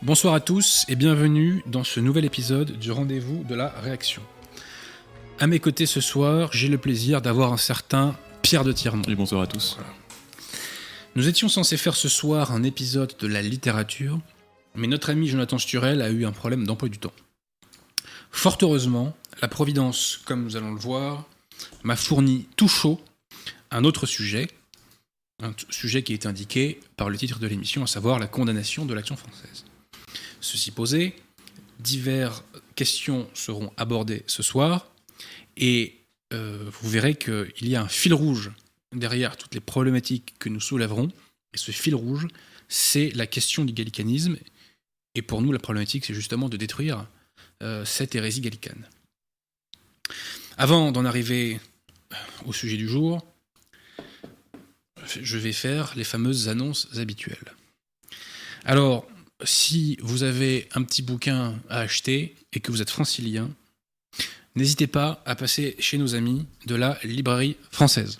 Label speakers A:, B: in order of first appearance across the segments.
A: Bonsoir à tous et bienvenue dans ce nouvel épisode du Rendez-vous de la Réaction. À mes côtés ce soir, j'ai le plaisir d'avoir un certain Pierre de Tirmont.
B: Et bonsoir à tous.
A: Voilà. Nous étions censés faire ce soir un épisode de la littérature, mais notre ami Jonathan Sturel a eu un problème d'emploi du temps. Fort heureusement, la Providence, comme nous allons le voir, m'a fourni tout chaud un autre sujet, qui est indiqué par le titre de l'émission, à savoir la condamnation de l'Action française. Ceci posé, diverses questions seront abordées ce soir, et vous verrez qu'il y a un fil rouge derrière toutes les problématiques que nous soulèverons, et ce fil rouge, c'est la question du gallicanisme, et pour nous, la problématique, c'est justement de détruire cette hérésie gallicane. Avant d'en arriver au sujet du jour, je vais faire les fameuses annonces habituelles. Alors, si vous avez un petit bouquin à acheter et que vous êtes francilien, n'hésitez pas à passer chez nos amis de la librairie française.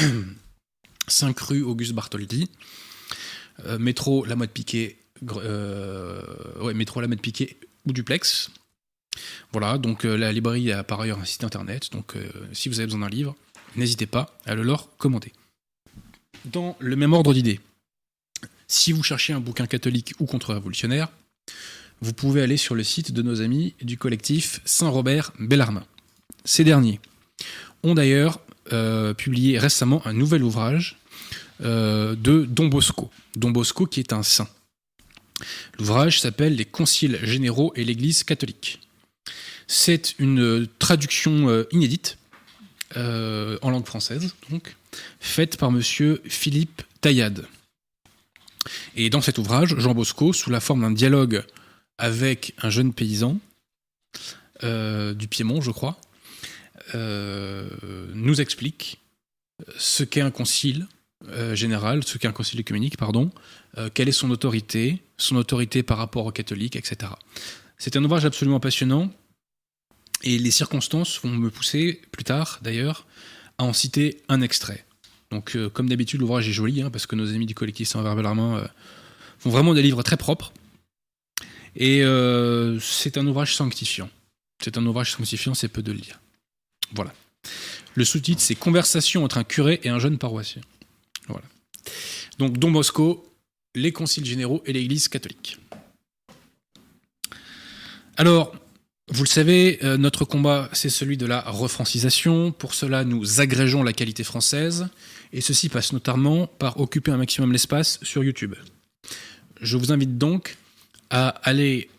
A: 5 rue Auguste Bartholdi, métro Lamothe-Piquet, métro Lamothe-Piquet ou duplex. Voilà, donc la librairie a par ailleurs un site internet, donc si vous avez besoin d'un livre, n'hésitez pas à le leur commander. Dans le même ordre d'idées, si vous cherchez un bouquin catholique ou contre-révolutionnaire, vous pouvez aller sur le site de nos amis du collectif Saint-Robert Bellarmin. Ces derniers ont d'ailleurs publié récemment un nouvel ouvrage de Don Bosco. Don Bosco qui est un saint. L'ouvrage s'appelle « Les conciles généraux et l'Église catholique ». C'est une traduction inédite en langue française, donc, faite par monsieur Philippe Taillade. Et dans cet ouvrage, Jean Bosco, sous la forme d'un dialogue avec un jeune paysan du Piémont, je crois, nous explique ce qu'est un concile général, ce qu'est un concile œcuménique, quelle est son autorité par rapport aux catholiques, etc. C'est un ouvrage absolument passionnant, et les circonstances vont me pousser, plus tard d'ailleurs, à en citer un extrait. Donc, comme d'habitude, l'ouvrage est joli, parce que nos amis du collectif Saint-Robert Bellarmin font vraiment des livres très propres. Et c'est un ouvrage sanctifiant. C'est peu de le dire. Voilà. Le sous-titre, c'est « Conversation entre un curé et un jeune paroissien ». Voilà. Donc, Don Bosco, les conciles généraux et l'Église catholique. Alors, vous le savez, notre combat, c'est celui de la refrancisation. Pour cela, nous agrégeons la qualité française. Et ceci passe notamment par occuper un maximum l'espace sur YouTube. Je vous invite donc à aller,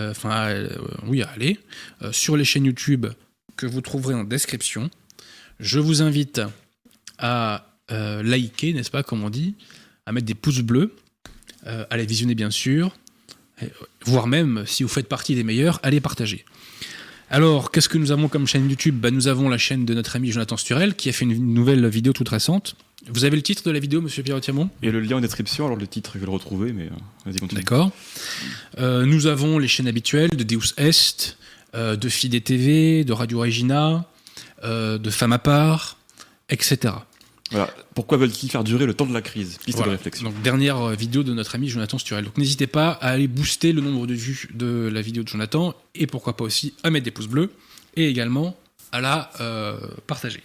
A: sur les chaînes YouTube que vous trouverez en description. Je vous invite à liker, n'est-ce pas, comme on dit, à mettre des pouces bleus, à les visionner bien sûr, voire même, si vous faites partie des meilleurs, à les partager. Alors, qu'est-ce que nous avons comme chaîne YouTube ? Nous avons la chaîne de notre ami Jonathan Sturel, qui a fait une nouvelle vidéo toute récente. Vous avez le titre de la vidéo, monsieur Pierre de Tirmont ?
B: Il y a le lien en description, alors le titre, je vais le retrouver, mais vas-y, continue.
A: D'accord. Nous avons les chaînes habituelles de Deus Est, de Fide TV, de Radio Regina, de Femme à part, etc.
B: Voilà. Pourquoi veulent-ils faire durer le temps de la crise ? Piste de réflexion.
A: Donc, dernière vidéo de notre ami Jonathan Sturel. Donc, n'hésitez pas à aller booster le nombre de vues de la vidéo de Jonathan, et pourquoi pas aussi à mettre des pouces bleus, et également à la partager.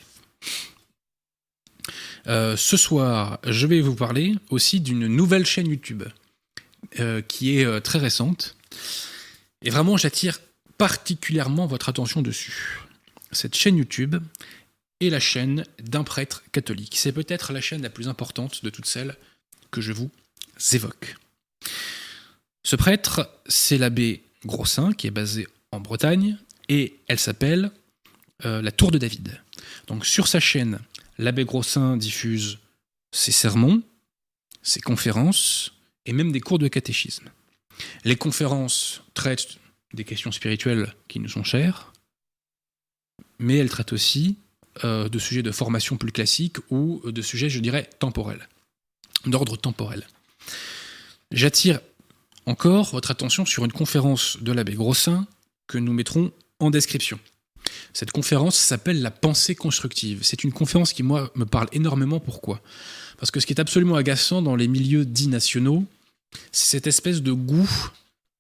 A: Ce soir, je vais vous parler aussi d'une nouvelle chaîne YouTube qui est très récente. Et vraiment, j'attire particulièrement votre attention dessus. Cette chaîne YouTube est la chaîne d'un prêtre catholique. C'est peut-être la chaîne la plus importante de toutes celles que je vous évoque. Ce prêtre, c'est l'abbé Grossin, qui est basé en Bretagne, et elle s'appelle la Tour de David. Donc sur sa chaîne, l'abbé Grossin diffuse ses sermons, ses conférences, et même des cours de catéchisme. Les conférences traitent des questions spirituelles qui nous sont chères, mais elles traitent aussi de sujets de formation plus classiques ou de sujets, je dirais, temporels, d'ordre temporel. J'attire encore votre attention sur une conférence de l'abbé Grossin que nous mettrons en description. Cette conférence s'appelle la pensée constructive. C'est une conférence qui, moi, me parle énormément. Pourquoi ? Parce que ce qui est absolument agaçant dans les milieux dits nationaux, c'est cette espèce de goût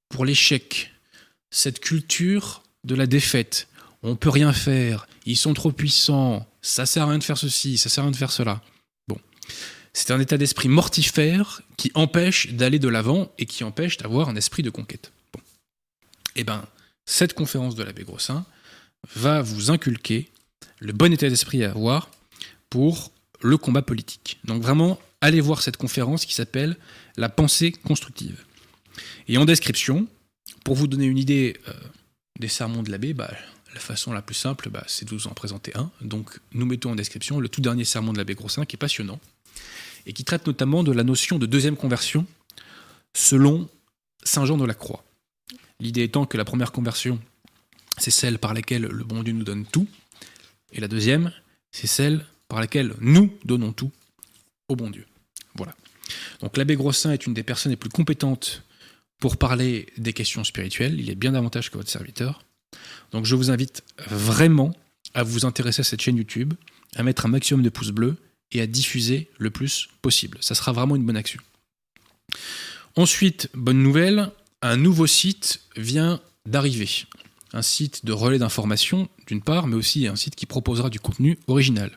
A: pour l'échec, cette culture de la défaite, on peut rien faire, ils sont trop puissants, ça sert à rien de faire ceci, ça sert à rien de faire cela. Bon, c'est un état d'esprit mortifère qui empêche d'aller de l'avant et qui empêche d'avoir un esprit de conquête. Bon. Eh bien, cette conférence de l'abbé Grossin va vous inculquer le bon état d'esprit à avoir pour le combat politique. Donc vraiment, allez voir cette conférence qui s'appelle « La pensée constructive ». Et en description, pour vous donner une idée des sermons de l'abbé, la façon la plus simple, c'est de vous en présenter un. Donc nous mettons en description le tout dernier sermon de l'abbé Grossin, qui est passionnant, et qui traite notamment de la notion de deuxième conversion selon saint Jean de la Croix. L'idée étant que la première conversion, c'est celle par laquelle le bon Dieu nous donne tout, et la deuxième, c'est celle par laquelle nous donnons tout au bon Dieu. Voilà. Donc l'abbé Grossin est une des personnes les plus compétentes pour parler des questions spirituelles. Il est bien davantage que votre serviteur. Donc je vous invite vraiment à vous intéresser à cette chaîne YouTube, à mettre un maximum de pouces bleus et à diffuser le plus possible. Ça sera vraiment une bonne action. Ensuite, bonne nouvelle, un nouveau site vient d'arriver. Un site de relais d'information, d'une part, mais aussi un site qui proposera du contenu original.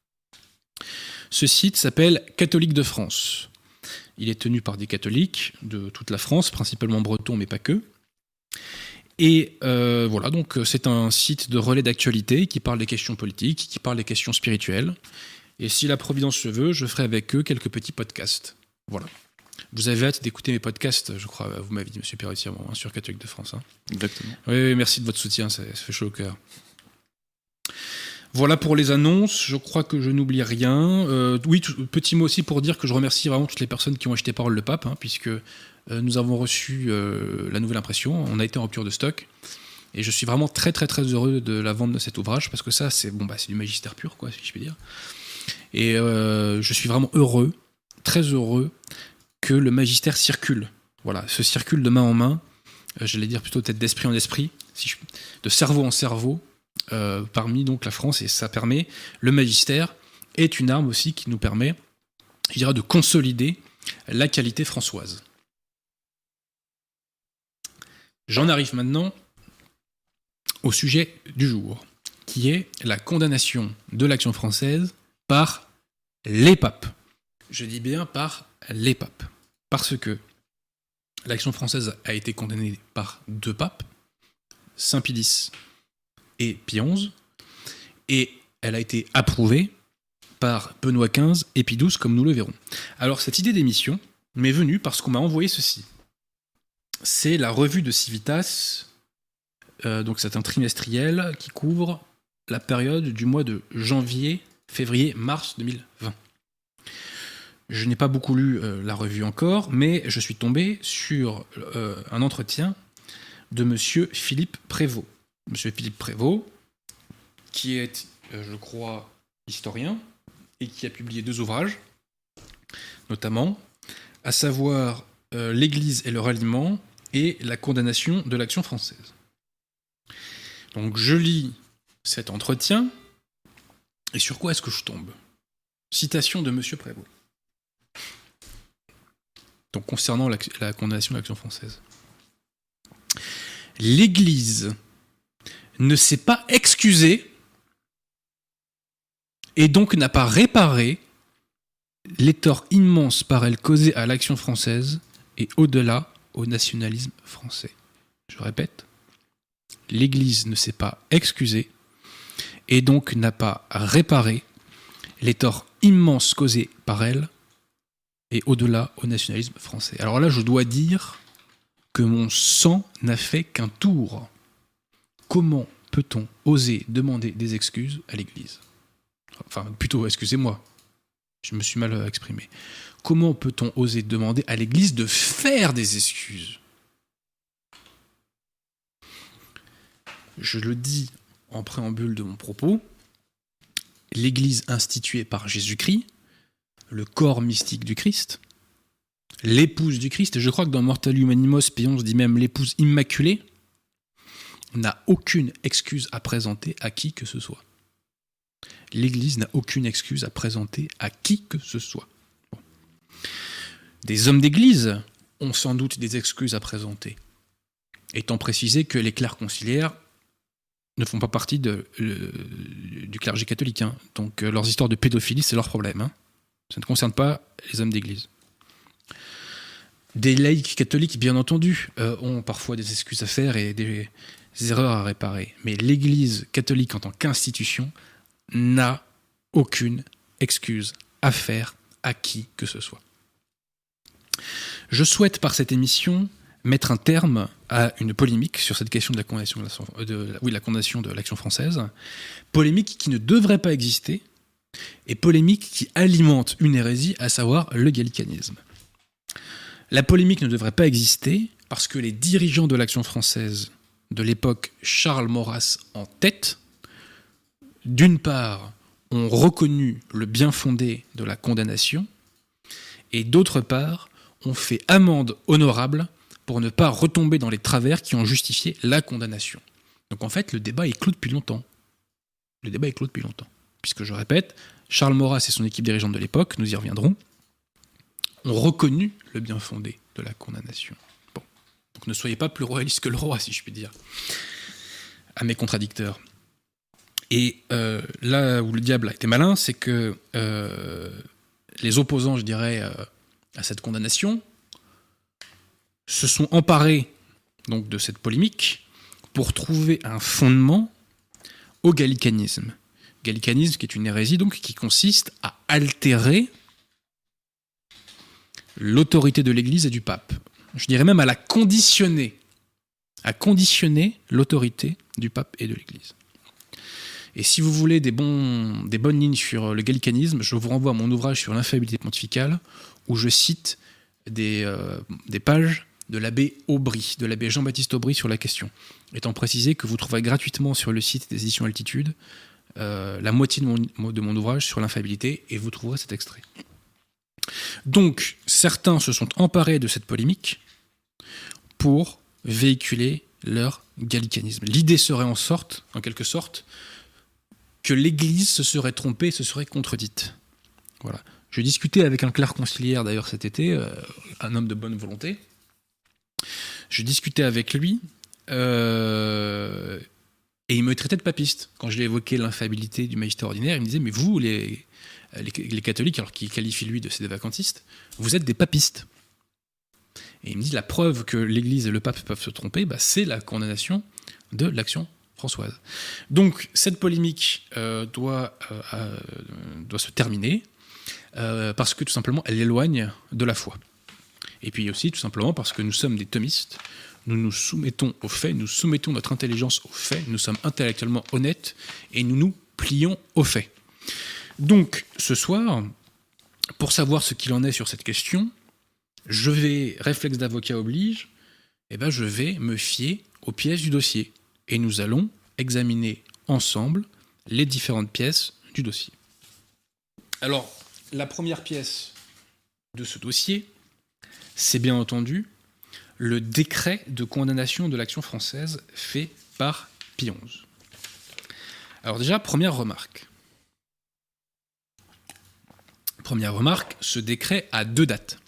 A: Ce site s'appelle Catholiques de France. Il est tenu par des catholiques de toute la France, principalement bretons, mais pas que. Et voilà, donc c'est un site de relais d'actualité qui parle des questions politiques, qui parle des questions spirituelles. Et si la Providence le veut, je ferai avec eux quelques petits podcasts. Voilà. Vous avez hâte d'écouter mes podcasts, je crois, vous m'avez dit, M. Perretier, sur Catholiques de France. Hein.
B: Exactement.
A: Oui, merci de votre soutien, ça fait chaud au cœur. Voilà pour les annonces, je crois que je n'oublie rien. Oui, petit mot aussi pour dire que je remercie vraiment toutes les personnes qui ont acheté Parole le Pape, puisque nous avons reçu la nouvelle impression, on a été en rupture de stock, et je suis vraiment très très très heureux de la vente de cet ouvrage, parce que ça c'est c'est du magistère pur, quoi, si je puis dire. Et je suis vraiment heureux, très heureux, que le magistère circule. Voilà, se circule de main en main, j'allais dire plutôt peut-être d'esprit en esprit, de cerveau en cerveau, parmi donc la France, et ça permet, le magistère est une arme aussi qui nous permet, je dirais, de consolider la qualité françoise. J'en arrive maintenant au sujet du jour, qui est la condamnation de l'Action française par les papes. Je dis bien par les papes, parce que l'Action française a été condamnée par 2 papes, Saint Pie X et Pie XI, et elle a été approuvée par Benoît XV et Pie XII, comme nous le verrons. Alors cette idée d'émission m'est venue parce qu'on m'a envoyé ceci. C'est la revue de Civitas, donc c'est un trimestriel qui couvre la période du mois de janvier, février, mars 2020. Je n'ai pas beaucoup lu la revue encore, mais je suis tombé sur un entretien de monsieur Philippe Prévost. Monsieur Philippe Prévost, qui est, je crois, historien, et qui a publié 2 ouvrages, notamment, à savoir l'Église et le ralliement et la condamnation de l'Action française. Donc je lis cet entretien, et sur quoi est-ce que je tombe ? Citation de monsieur Prévost. Donc concernant la condamnation de l'Action française. L'Église ne s'est pas excusée et donc n'a pas réparé les torts immenses par elle causés à l'Action française et au-delà au nationalisme français. Je répète, l'Église ne s'est pas excusée et donc n'a pas réparé les torts immenses causés par elle et au-delà au nationalisme français. Alors là, je dois dire que mon sang n'a fait qu'un tour. Comment peut-on oser demander des excuses à l'Église ? Enfin, plutôt, excusez-moi, je me suis mal exprimé. Comment peut-on oser demander à l'Église de faire des excuses ? Je le dis en préambule de mon propos, l'Église instituée par Jésus-Christ, le corps mystique du Christ, l'épouse du Christ, et je crois que dans Mortalium Animos, Pie XI dit même l'épouse immaculée, n'a aucune excuse à présenter à qui que ce soit. L'Église n'a aucune excuse à présenter à qui que ce soit. Bon. Des hommes d'Église ont sans doute des excuses à présenter. étant précisé que les clercs conciliaires ne font pas partie du clergé catholique. Hein. Donc leurs histoires de pédophilie, c'est leur problème. Hein. Ça ne concerne pas les hommes d'église. Des laïcs catholiques, bien entendu, ont parfois des excuses à faire et des erreurs à réparer. Mais l'Église catholique en tant qu'institution n'a aucune excuse à faire à qui que ce soit. Je souhaite par cette émission mettre un terme à une polémique sur cette question de la condamnation de l'Action française, polémique qui ne devrait pas exister et polémique qui alimente une hérésie, à savoir le gallicanisme. La polémique ne devrait pas exister parce que les dirigeants de l'Action française de l'époque, Charles Maurras en tête, d'une part, ont reconnu le bien fondé de la condamnation et d'autre part, ont fait amende honorable pour ne pas retomber dans les travers qui ont justifié la condamnation. Donc en fait, le débat est clos depuis longtemps. Puisque je répète, Charles Maurras et son équipe dirigeante de l'époque, nous y reviendrons, ont reconnu le bien fondé de la condamnation. Bon. Donc ne soyez pas plus royaliste que le roi, si je puis dire, à mes contradicteurs. Et là où le diable a été malin, c'est que les opposants, je dirais, à cette condamnation, se sont emparés donc, de cette polémique pour trouver un fondement au gallicanisme. Gallicanisme qui est une hérésie donc, qui consiste à altérer l'autorité de l'Église et du pape. Je dirais même à conditionner l'autorité du pape et de l'Église. Et si vous voulez des bonnes lignes sur le gallicanisme, je vous renvoie à mon ouvrage sur l'infaillibilité pontificale, où je cite des pages de l'abbé Aubry, de l'abbé Jean-Baptiste Aubry sur la question, étant précisé que vous trouverez gratuitement sur le site des éditions Altitude la moitié de mon ouvrage sur l'infaillibilité, et vous trouverez cet extrait. Donc, certains se sont emparés de cette polémique pour véhiculer leur gallicanisme. L'idée serait en quelque sorte, que l'Église se serait trompée, se serait contredite. Voilà. Je discutais avec un clerc conciliaire d'ailleurs cet été, un homme de bonne volonté. Je discutais avec lui et il me traitait de papiste. Quand je lui ai évoqué l'infaillibilité du magistère ordinaire, il me disait « Mais vous, les catholiques, alors qu'il qualifie lui de sédévacantistes, vous êtes des papistes. » Et il me dit « La preuve que l'Église et le pape peuvent se tromper, c'est la condamnation de l'Action françoise. » Donc cette polémique doit se terminer parce que tout simplement elle l'éloigne de la foi. Et puis aussi tout simplement parce que nous sommes des thomistes, nous nous soumettons aux faits, nous soumettons notre intelligence aux faits, nous sommes intellectuellement honnêtes et nous nous plions aux faits. Donc ce soir, pour savoir ce qu'il en est sur cette question, réflexe d'avocat oblige, je vais me fier aux pièces du dossier. Et nous allons examiner ensemble les différentes pièces du dossier. Alors, la première pièce de ce dossier, c'est bien entendu le décret de condamnation de l'Action française fait par Pie XI. Alors déjà, première remarque, ce décret a deux dates.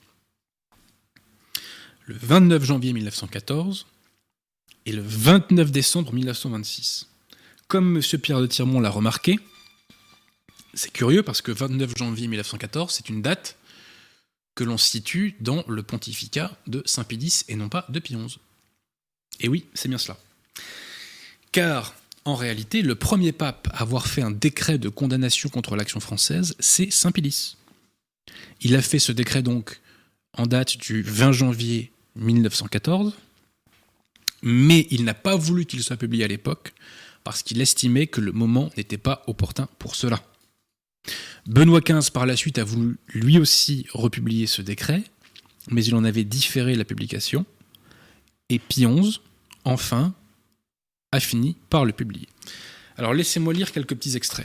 A: Le 29 janvier 1914 et le 29 décembre 1926. Comme M. Pierre de Tirmont l'a remarqué, c'est curieux parce que 29 janvier 1914, c'est une date que l'on situe dans le pontificat de Saint Pie X et non pas de Pie XI. Et oui, c'est bien cela. Car, en réalité, le premier pape à avoir fait un décret de condamnation contre l'Action française, c'est Saint Pie X. Il a fait ce décret donc en date du 20 janvier 1914, mais il n'a pas voulu qu'il soit publié à l'époque parce qu'il estimait que le moment n'était pas opportun pour cela. Benoît XV, par la suite, a voulu lui aussi republier ce décret, mais il en avait différé la publication, et Pie XI, enfin, a fini par le publier. Alors, laissez-moi lire quelques petits extraits.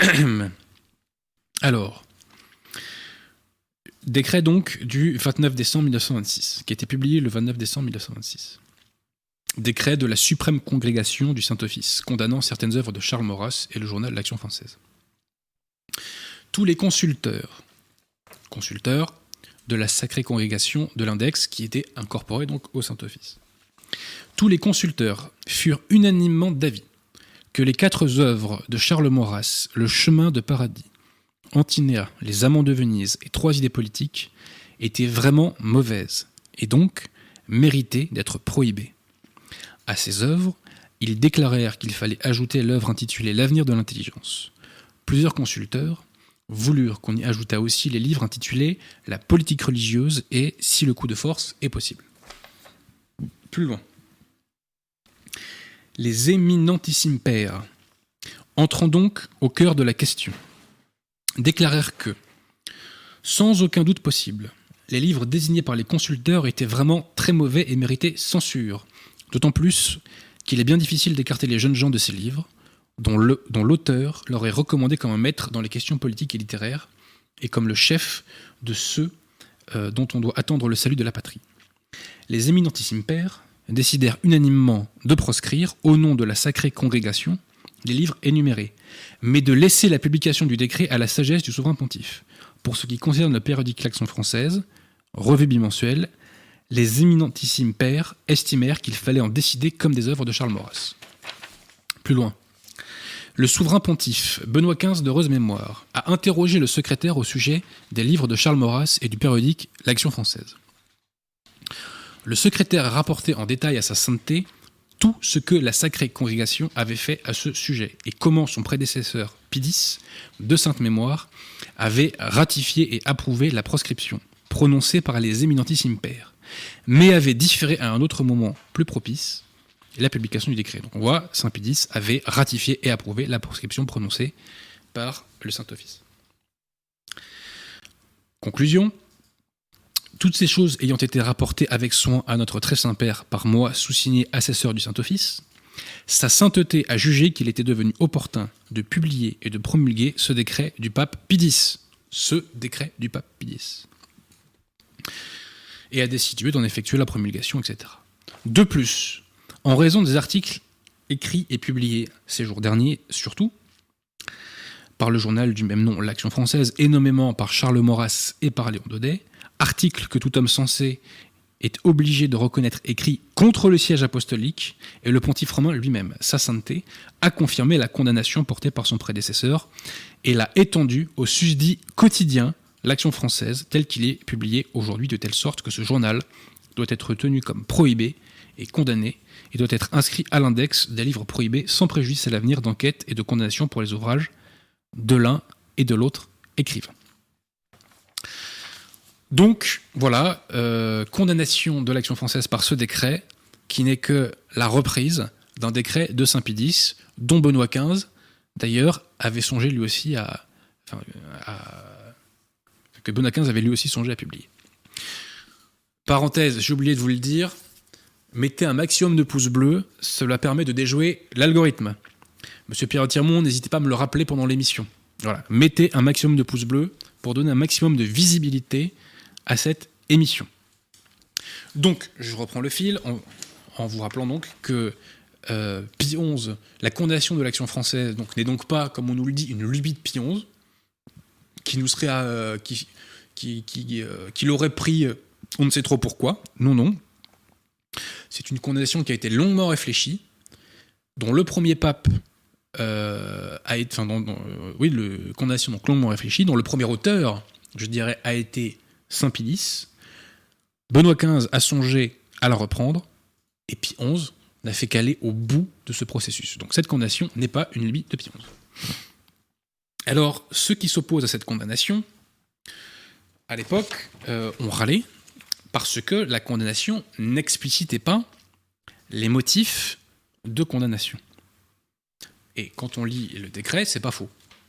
A: Alors, décret donc du 29 décembre 1926, qui a été publié le 29 décembre 1926. Décret de la Suprême Congrégation du Saint-Office, condamnant certaines œuvres de Charles Maurras et le journal L'Action française. Tous les consulteurs de la Sacrée Congrégation de l'Index, qui étaient incorporés donc au Saint-Office. Tous les consulteurs furent unanimement d'avis que les 4 œuvres de Charles Maurras, Le chemin de paradis, Antinéa, Les amants de Venise et 3 idées politiques, étaient vraiment mauvaises et donc méritaient d'être prohibées. À ces œuvres, ils déclarèrent qu'il fallait ajouter l'œuvre intitulée L'avenir de l'intelligence. Plusieurs consulteurs voulurent qu'on y ajoutât aussi les livres intitulés La politique religieuse et Si le coup de force est possible. Plus loin. Les éminentissimes pairs, entrant donc au cœur de la question, déclarèrent que, sans aucun doute possible, les livres désignés par les consulteurs étaient vraiment très mauvais et méritaient censure, d'autant plus qu'il est bien difficile d'écarter les jeunes gens de ces livres, dont l'auteur leur est recommandé comme un maître dans les questions politiques et littéraires, et comme le chef de ceux dont on doit attendre le salut de la patrie. Les éminentissimes pairs décidèrent unanimement de proscrire, au nom de la sacrée congrégation, les livres énumérés, mais de laisser la publication du décret à la sagesse du souverain pontife. Pour ce qui concerne le périodique L'Action française, revue bimensuelle, les éminentissimes pairs estimèrent qu'il fallait en décider comme des œuvres de Charles Maurras. Plus loin. Le souverain pontife, Benoît XV d'heureuse mémoire, a interrogé le secrétaire au sujet des livres de Charles Maurras et du périodique L'Action française. Le secrétaire a rapporté en détail à sa sainteté tout ce que la sacrée congrégation avait fait à ce sujet et comment son prédécesseur Pie X, de sainte mémoire, avait ratifié et approuvé la proscription prononcée par les éminentissimes pairs, mais avait différé à un autre moment plus propice la publication du décret. Donc on voit, Saint Pie X avait ratifié et approuvé la proscription prononcée par le Saint-Office. Conclusion. Toutes ces choses ayant été rapportées avec soin à notre très Saint-Père par moi, sous-signé assesseur du Saint-Office, sa sainteté a jugé qu'il était devenu opportun de publier et de promulguer ce décret du pape Pie X. Ce décret du pape Pie X. Et a décidé d'en effectuer la promulgation, etc. De plus, en raison des articles écrits et publiés ces jours derniers, surtout, par le journal du même nom, L'Action française, et nommément par Charles Maurras et par Léon Daudet, article que tout homme sensé est obligé de reconnaître écrit contre le siège apostolique, et le pontife romain lui-même, sa sainteté, a confirmé la condamnation portée par son prédécesseur et l'a étendue au susdit quotidien, L'Action française, tel qu'il est publié aujourd'hui, de telle sorte que ce journal doit être tenu comme prohibé et condamné, et doit être inscrit à l'index des livres prohibés sans préjudice à l'avenir d'enquête et de condamnation pour les ouvrages de l'un et de l'autre écrivain. Donc, voilà, condamnation de l'Action française par ce décret, qui n'est que la reprise d'un décret de Saint Pie X, dont Benoît XV, d'ailleurs, avait songé lui aussi que Benoît XV avait lui aussi songé à publier. Parenthèse, j'ai oublié de vous le dire, mettez un maximum de pouces bleus, cela permet de déjouer l'algorithme. Monsieur Pierre Tirmont, n'hésitez pas à me le rappeler pendant l'émission. Voilà, mettez un maximum de pouces bleus pour donner un maximum de visibilité à cette émission. Donc, je reprends le fil en vous rappelant donc que Pie XI, la condamnation de l'Action française, donc, n'est donc pas, comme on nous le dit, une lubie de Pie XI, qui nous serait, qui l'aurait pris, on ne sait trop pourquoi. Non, non. C'est une condamnation qui a été longuement réfléchie, dont le premier pape a été, condamnation donc longuement réfléchie, dont le premier auteur, je dirais, a été Saint Pie X. Benoît XV a songé à la reprendre, et Pie XI n'a fait qu'aller au bout de ce processus. Donc cette condamnation n'est pas une lubie de Pie XI. Alors, ceux qui s'opposent à cette condamnation, à l'époque, ont râlé, parce que la condamnation n'explicitait pas les motifs de condamnation. Et quand on lit le décret, c'est pas faux.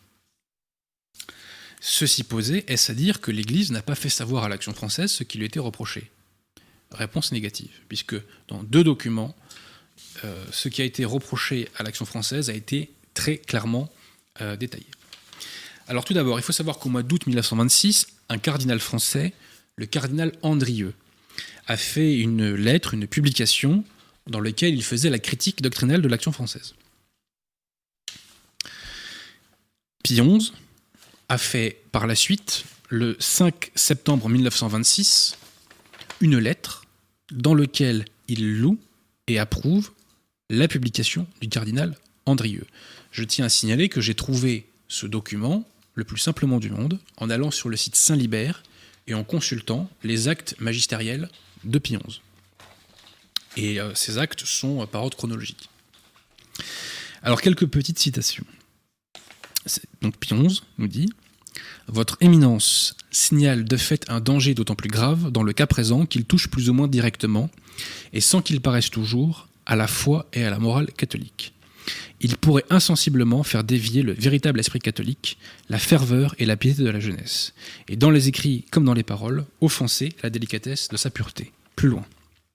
A: Ceci posé, est-ce à dire que l'Église n'a pas fait savoir à l'Action française ce qui lui était reproché ? Réponse négative, puisque dans 2 documents, ce qui a été reproché à l'Action française a été très clairement détaillé. Alors tout d'abord, il faut savoir qu'au mois d'août 1926, un cardinal français, le cardinal Andrieux, a fait une lettre, une publication, dans laquelle il faisait la critique doctrinale de l'Action française. Pie XI a fait par la suite, le 5 septembre 1926, une lettre dans laquelle il loue et approuve la publication du cardinal Andrieux. Je tiens à signaler que j'ai trouvé ce document le plus simplement du monde en allant sur le site Saint-Libert et en consultant les actes magistériels de Pie XI. Et ces actes sont par ordre chronologique. Alors, quelques petites citations. Donc, Pie XI nous dit « Votre éminence signale de fait un danger d'autant plus grave dans le cas présent qu'il touche plus ou moins directement, et sans qu'il paraisse toujours, à la foi et à la morale catholique. Il pourrait insensiblement faire dévier le véritable esprit catholique, la ferveur et la piété de la jeunesse, et dans les écrits comme dans les paroles, offenser la délicatesse de sa pureté. » Plus loin.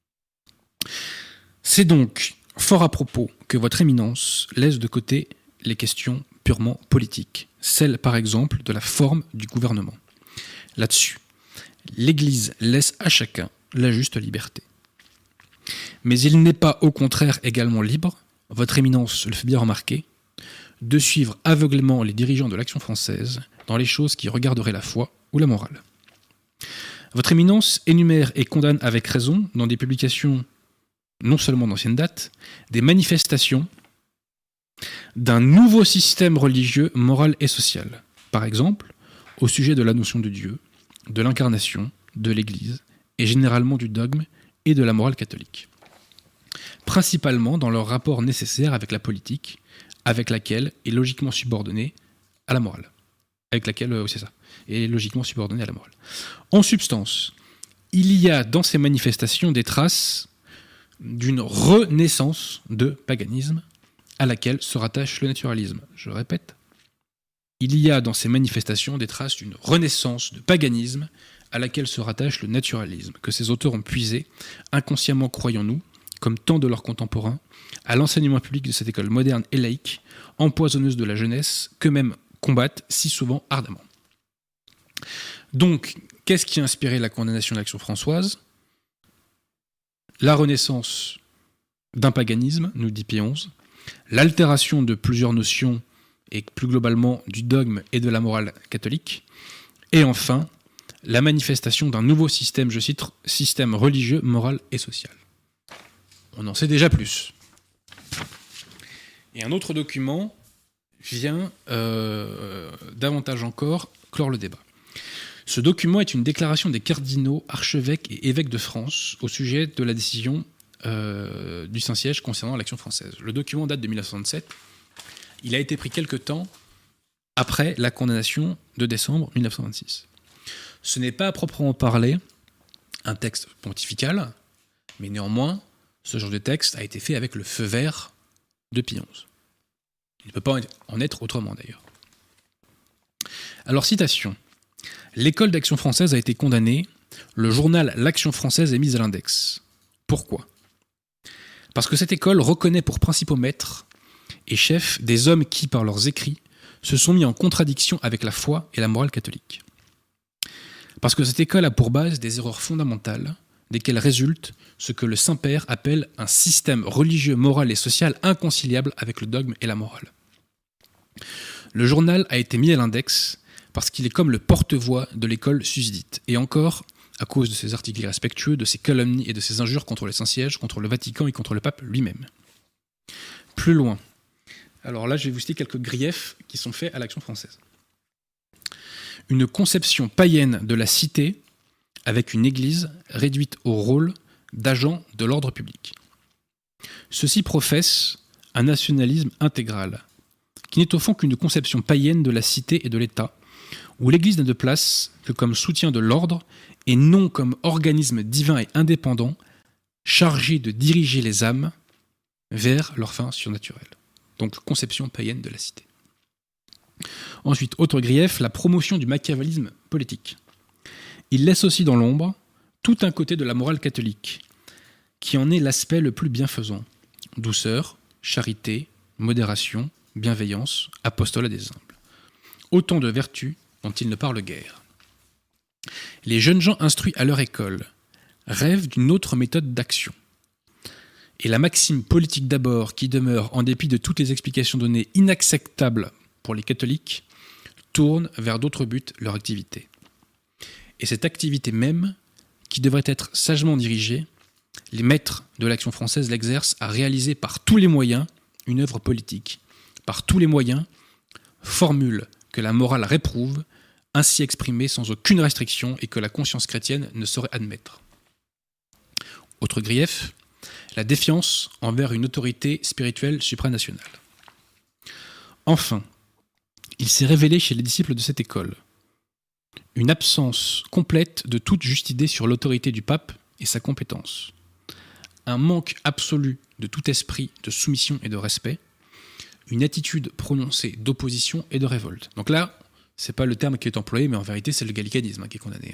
A: C'est donc fort à propos que votre éminence laisse de côté les questions purement politiques, celles par exemple de la forme du gouvernement. Là-dessus, l'Église laisse à chacun la juste liberté. Mais il n'est pas au contraire également libre, votre éminence le fait bien remarquer, de suivre aveuglément les dirigeants de l'Action française dans les choses qui regarderaient la foi ou la morale. Votre éminence énumère et condamne avec raison, dans des publications non seulement d'ancienne date, des manifestations d'un nouveau système religieux, moral et social. Par exemple, au sujet de la notion de Dieu, de l'incarnation, de l'Église, et généralement du dogme et de la morale catholique. Principalement dans leur rapport nécessaire avec la politique, avec laquelle est logiquement subordonnée à la morale. Est logiquement subordonnée à la morale. En substance, il y a dans ces manifestations des traces d'une renaissance de paganisme à laquelle se rattache le naturalisme. Je répète, il y a dans ces manifestations des traces d'une renaissance de paganisme à laquelle se rattache le naturalisme, que ces auteurs ont puisé, inconsciemment croyons-nous, comme tant de leurs contemporains, à l'enseignement public de cette école moderne et laïque, empoisonneuse de la jeunesse, qu'eux-mêmes combattent si souvent ardemment. Donc, qu'est-ce qui a inspiré la condamnation de l'Action françoise ? La renaissance d'un paganisme, nous dit Pie XI, l'altération de plusieurs notions et plus globalement du dogme et de la morale catholique, et enfin, la manifestation d'un nouveau système, je cite, système religieux, moral et social. On en sait déjà plus. Et un autre document vient davantage encore clore le débat. Ce document est une déclaration des cardinaux, archevêques et évêques de France au sujet de la décision du Saint-Siège concernant l'Action française. Le document date de 1967. Il a été pris quelque temps après la condamnation de décembre 1926. Ce n'est pas à proprement parler un texte pontifical, mais néanmoins, ce genre de texte a été fait avec le feu vert de Pie XI. Il ne peut pas en être autrement d'ailleurs. Alors, citation. L'école d'Action française a été condamnée, le journal L'Action française est mis à l'index. Pourquoi ? Parce que cette école reconnaît pour principaux maîtres et chefs des hommes qui, par leurs écrits, se sont mis en contradiction avec la foi et la morale catholique. Parce que cette école a pour base des erreurs fondamentales, desquelles résulte ce que le Saint-Père appelle un système religieux, moral et social inconciliable avec le dogme et la morale. Le journal a été mis à l'index parce qu'il est comme le porte-voix de l'école susdite, et encore à cause de ses articles irrespectueux, de ses calomnies et de ses injures contre le Saint-Siège, contre le Vatican et contre le pape lui-même. Plus loin. Alors là, je vais vous citer quelques griefs qui sont faits à l'Action française. Une conception païenne de la cité avec une église réduite au rôle d'agent de l'ordre public. Ceux-ci professent un nationalisme intégral, qui n'est au fond qu'une conception païenne de la cité et de l'État, où l'Église n'a de place que comme soutien de l'ordre et non comme organisme divin et indépendant, chargé de diriger les âmes vers leur fin surnaturelle. Donc, conception païenne de la cité. Ensuite, autre grief, la promotion du machiavélisme politique. Il laisse aussi dans l'ombre tout un côté de la morale catholique, qui en est l'aspect le plus bienfaisant. Douceur, charité, modération, bienveillance, apostolat des humbles. Autant de vertus dont il ne parle guère. Les jeunes gens instruits à leur école rêvent d'une autre méthode d'action. Et la maxime politique d'abord, qui demeure, en dépit de toutes les explications données, inacceptables pour les catholiques, tourne vers d'autres buts leur activité. Et cette activité même, qui devrait être sagement dirigée, les maîtres de l'Action française l'exercent à réaliser par tous les moyens une œuvre politique. Par tous les moyens, formule que la morale réprouve, ainsi exprimée sans aucune restriction et que la conscience chrétienne ne saurait admettre. Autre grief, la défiance envers une autorité spirituelle supranationale. Enfin, il s'est révélé chez les disciples de cette école une absence complète de toute juste idée sur l'autorité du pape et sa compétence, un manque absolu de tout esprit de soumission et de respect, une attitude prononcée d'opposition et de révolte. Donc là, c'est pas le terme qui est employé, mais en vérité, c'est le gallicanisme qui est condamné.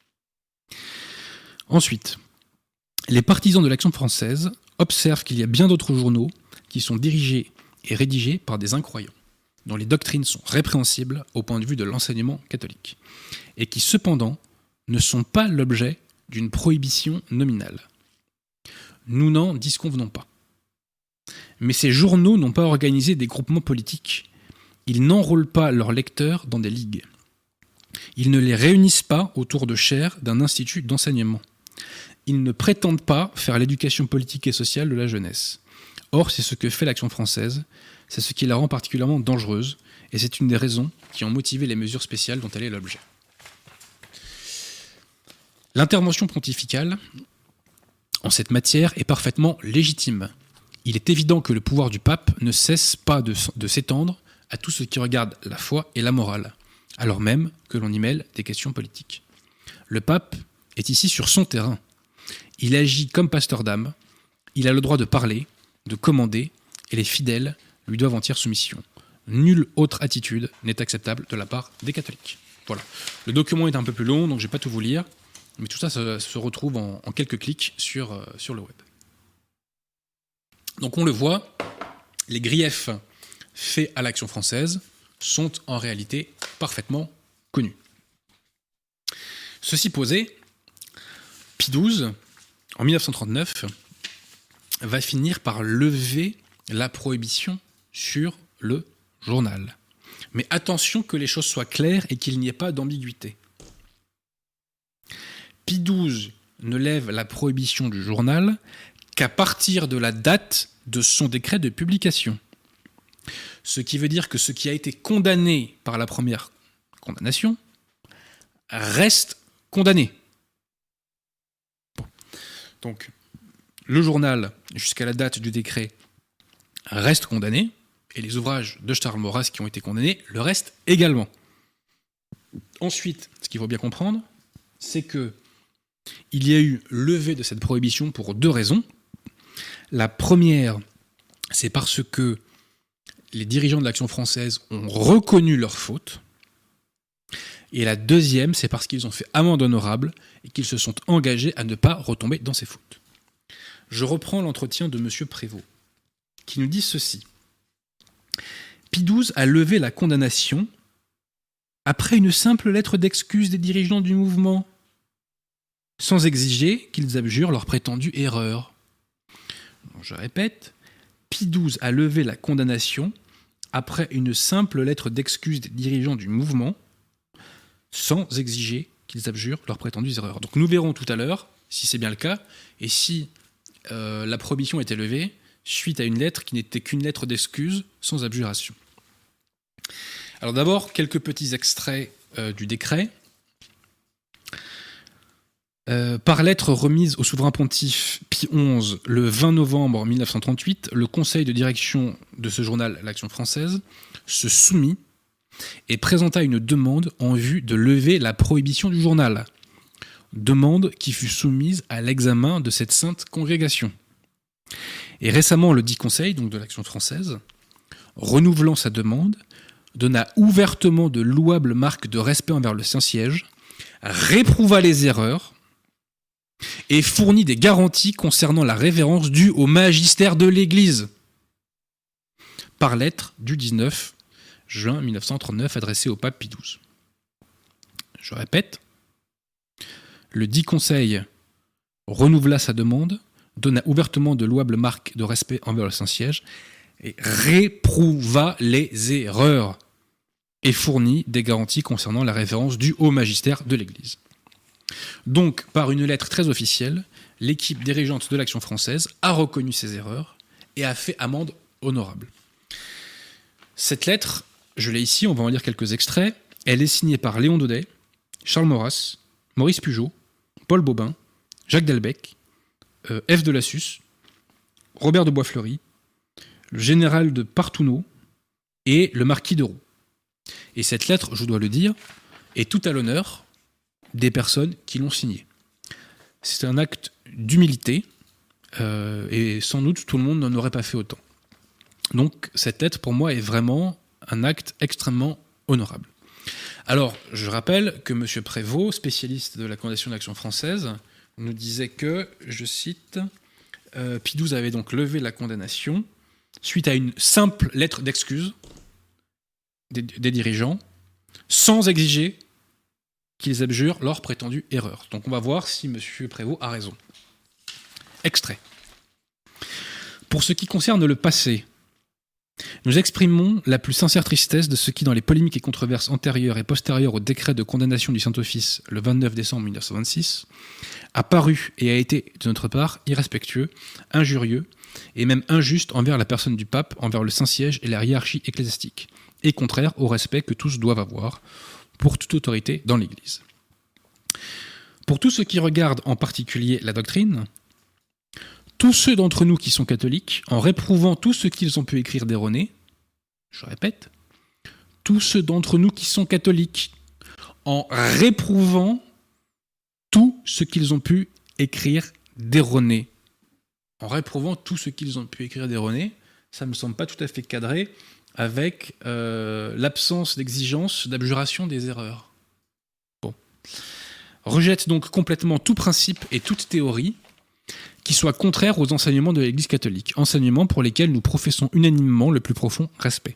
A: Ensuite, les partisans de l'Action française observent qu'il y a bien d'autres journaux qui sont dirigés et rédigés par des incroyants, dont les doctrines sont répréhensibles au point de vue de l'enseignement catholique, et qui cependant ne sont pas l'objet d'une prohibition nominale. Nous n'en disconvenons pas. Mais ces journaux n'ont pas organisé des groupements politiques, ils n'enrôlent pas leurs lecteurs dans des ligues. Ils ne les réunissent pas autour de chaires d'un institut d'enseignement. Ils ne prétendent pas faire l'éducation politique et sociale de la jeunesse. Or, c'est ce que fait l'Action française, c'est ce qui la rend particulièrement dangereuse, et c'est une des raisons qui ont motivé les mesures spéciales dont elle est l'objet. L'intervention pontificale, en cette matière, est parfaitement légitime. Il est évident que le pouvoir du pape ne cesse pas de s'étendre à tout ce qui regarde la foi et la morale, alors même que l'on y mêle des questions politiques. Le pape est ici sur son terrain. Il agit comme pasteur d'âme, il a le droit de parler, de commander, et les fidèles lui doivent entière soumission. Nulle autre attitude n'est acceptable de la part des catholiques. Voilà. Le document est un peu plus long, donc je ne vais pas tout vous lire, mais tout ça se retrouve en quelques clics sur le web. Donc on le voit, les griefs faits à l'Action française sont en réalité parfaitement connus. Ceci posé, Pie XII, en 1939, va finir par lever la prohibition sur le journal. Mais attention que les choses soient claires et qu'il n'y ait pas d'ambiguïté. Pie XII ne lève la prohibition du journal qu'à partir de la date de son décret de publication. Ce qui veut dire que ce qui a été condamné par la première condamnation reste condamné. Bon. Donc, le journal, jusqu'à la date du décret, reste condamné, et les ouvrages de Charles Maurras qui ont été condamnés le restent également. Ensuite, ce qu'il faut bien comprendre, c'est que il y a eu levée de cette prohibition pour deux raisons. La première, c'est parce que les dirigeants de l'Action française ont reconnu leurs fautes. Et la deuxième, c'est parce qu'ils ont fait amende honorable et qu'ils se sont engagés à ne pas retomber dans ces fautes. Je reprends l'entretien de M. Prévost, qui nous dit ceci. Pie XII a levé la condamnation après une simple lettre d'excuse des dirigeants du mouvement, sans exiger qu'ils abjurent leur prétendue erreur. Je répète, Pie XII a levé la condamnation après une simple lettre d'excuse des dirigeants du mouvement, sans exiger qu'ils abjurent leurs prétendues erreurs. Donc nous verrons tout à l'heure si c'est bien le cas, et si la prohibition était levée suite à une lettre qui n'était qu'une lettre d'excuse sans abjuration. Alors d'abord, quelques petits extraits du décret. Par lettre remise au souverain pontife Pie XI le 20 novembre 1938, le conseil de direction de ce journal, l'Action française, se soumit et présenta une demande en vue de lever la prohibition du journal. Demande qui fut soumise à l'examen de cette sainte congrégation. Et récemment, le dit conseil, donc de l'Action française, renouvelant sa demande, donna ouvertement de louables marques de respect envers le Saint-Siège, réprouva les erreurs, et fournit des garanties concernant la révérence due au magistère de l'Église. Par lettre du 19 juin 1939 adressée au pape Pie XII. Je répète, le dit conseil renouvela sa demande, donna ouvertement de louables marques de respect envers le Saint-Siège et réprouva les erreurs et fournit des garanties concernant la révérence due au magistère de l'Église. Donc, par une lettre très officielle, l'équipe dirigeante de l'Action française a reconnu ses erreurs et a fait amende honorable. Cette lettre, je l'ai ici, on va en lire quelques extraits. Elle est signée par Léon Daudet, Charles Maurras, Maurice Pugeot, Paul Bobin, Jacques Delbecq, F. de Lassus, Robert de Boisfleury, le général de Partouneau et le marquis de Roux. Et cette lettre, je dois le dire, est tout à l'honneur des personnes qui l'ont signée. C'est un acte d'humilité et sans doute tout le monde n'en aurait pas fait autant. Donc cette lettre pour moi est vraiment un acte extrêmement honorable. Alors je rappelle que M. Prévost, spécialiste de la Condamnation de l'Action française, nous disait que, je cite, Pie XII avait donc levé la condamnation suite à une simple lettre d'excuse des dirigeants, sans exiger qu'ils abjurent leur prétendue erreur. Donc on va voir si M. Prévost a raison. Extrait. Pour ce qui concerne le passé, nous exprimons la plus sincère tristesse de ce qui, dans les polémiques et controverses antérieures et postérieures au décret de condamnation du Saint-Office le 29 décembre 1926, a paru et a été, de notre part, irrespectueux, injurieux et même injuste envers la personne du pape, envers le Saint-Siège et la hiérarchie ecclésiastique, et contraire au respect que tous doivent avoir pour toute autorité dans l'Église. Pour tout ce qui regarde en particulier la doctrine, tous ceux d'entre nous qui sont catholiques, en réprouvant tout ce qu'ils ont pu écrire d'erroné, je répète, tous ceux d'entre nous qui sont catholiques, en réprouvant tout ce qu'ils ont pu écrire d'erroné, en réprouvant tout ce qu'ils ont pu écrire d'erroné, ça ne me semble pas tout à fait cadré avec l'absence d'exigence d'abjuration des erreurs. Bon. Rejette donc complètement tout principe et toute théorie qui soit contraire aux enseignements de l'Église catholique, enseignements pour lesquels nous professons unanimement le plus profond respect.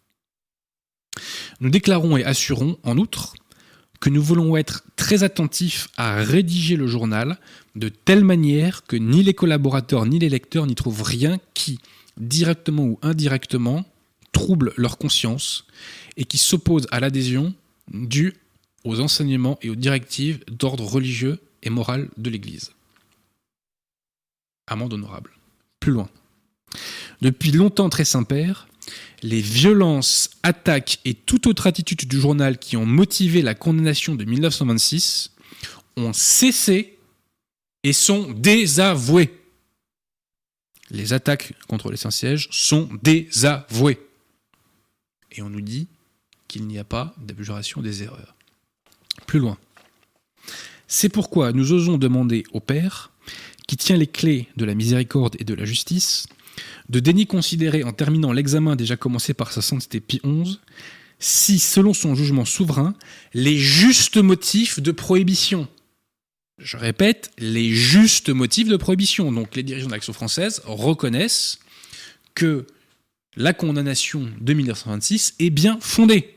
A: Nous déclarons et assurons, en outre, que nous voulons être très attentifs à rédiger le journal de telle manière que ni les collaborateurs ni les lecteurs n'y trouvent rien qui, directement ou indirectement, trouble leur conscience et qui s'oppose à l'adhésion due aux enseignements et aux directives d'ordre religieux et moral de l'Église. Amende honorable. Plus loin. Depuis longtemps très Saint-Père, les violences, attaques et toute autre attitude du journal qui ont motivé la condamnation de 1926 ont cessé et sont désavouées. Les attaques contre les Saint-Sièges sont désavouées. Et on nous dit qu'il n'y a pas d'abjuration des erreurs. Plus loin. C'est pourquoi nous osons demander au Père, qui tient les clés de la miséricorde et de la justice, de daigner considérer, en terminant l'examen déjà commencé par sa sainteté Pie XI, si, selon son jugement souverain, les justes motifs de prohibition. Je répète, les justes motifs de prohibition. Donc les dirigeants de l'Action française reconnaissent que la condamnation de 1926 est bien fondée.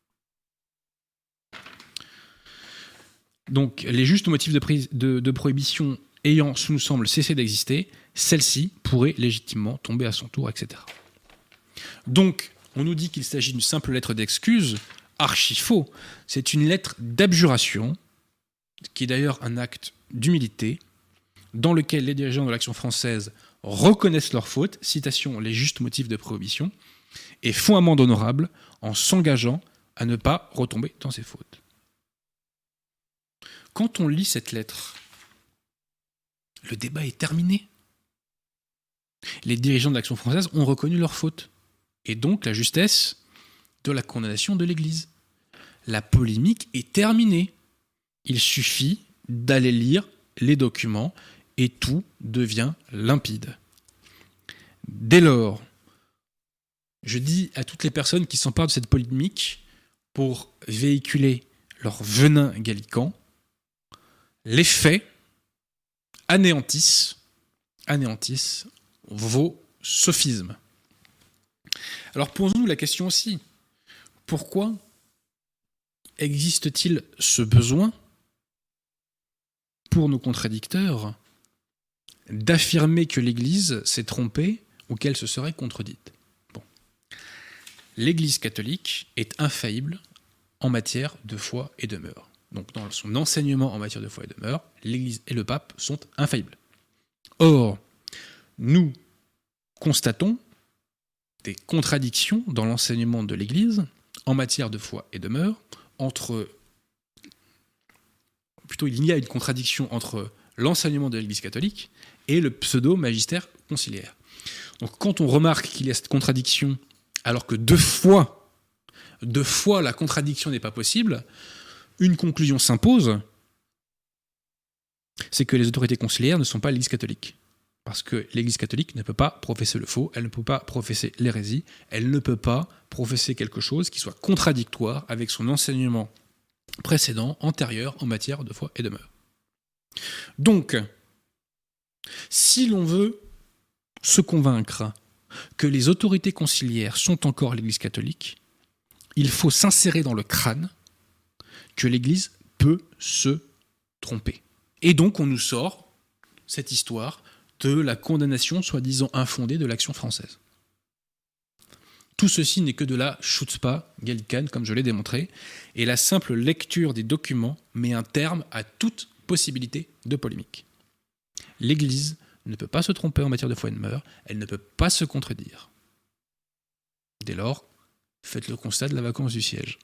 A: Donc les justes motifs de prohibition ayant, ce nous semble, cessé d'exister, celle-ci pourrait légitimement tomber à son tour, etc. Donc, on nous dit qu'il s'agit d'une simple lettre d'excuse, archi faux. C'est une lettre d'abjuration, qui est d'ailleurs un acte d'humilité, dans lequel les dirigeants de l'Action française reconnaissent leurs fautes, citation, les justes motifs de prohibition, et font amende honorable en s'engageant à ne pas retomber dans ces fautes. Quand on lit cette lettre, le débat est terminé. Les dirigeants de l'Action française ont reconnu leurs fautes, et donc la justesse de la condamnation de l'Église. La polémique est terminée. Il suffit d'aller lire les documents et tout devient limpide. Dès lors, je dis à toutes les personnes qui s'emparent de cette polémique pour véhiculer leur venin gallican, les faits anéantissent vos sophismes. Alors posons-nous la question aussi, pourquoi existe-t-il ce besoin pour nos contradicteurs d'affirmer que l'Église s'est trompée ou qu'elle se serait contredite? Bon. L'Église catholique est infaillible en matière de foi et de mœurs. Donc dans son enseignement en matière de foi et de mœurs, l'Église et le pape sont infaillibles. Or, nous constatons des contradictions dans l'enseignement de l'Église en matière de foi et de mœurs il y a une contradiction entre l'enseignement de l'Église catholique et le pseudo-magistère conciliaire. Donc quand on remarque qu'il y a cette contradiction, alors que deux fois la contradiction n'est pas possible, une conclusion s'impose, c'est que les autorités conciliaires ne sont pas l'Église catholique. Parce que l'Église catholique ne peut pas professer le faux, elle ne peut pas professer l'hérésie, elle ne peut pas professer quelque chose qui soit contradictoire avec son enseignement précédent, antérieur, en matière de foi et de mœurs. Donc, si l'on veut se convaincre que les autorités conciliaires sont encore l'Église catholique, il faut s'insérer dans le crâne que l'Église peut se tromper. Et donc, on nous sort cette histoire de la condamnation soi-disant infondée de l'Action française. Tout ceci n'est que de la chutzpah gallicane, comme je l'ai démontré, et la simple lecture des documents met un terme à toute possibilité de polémique. L'Église ne peut pas se tromper en matière de foi et de mœurs, elle ne peut pas se contredire. Dès lors, faites le constat de la vacance du siège.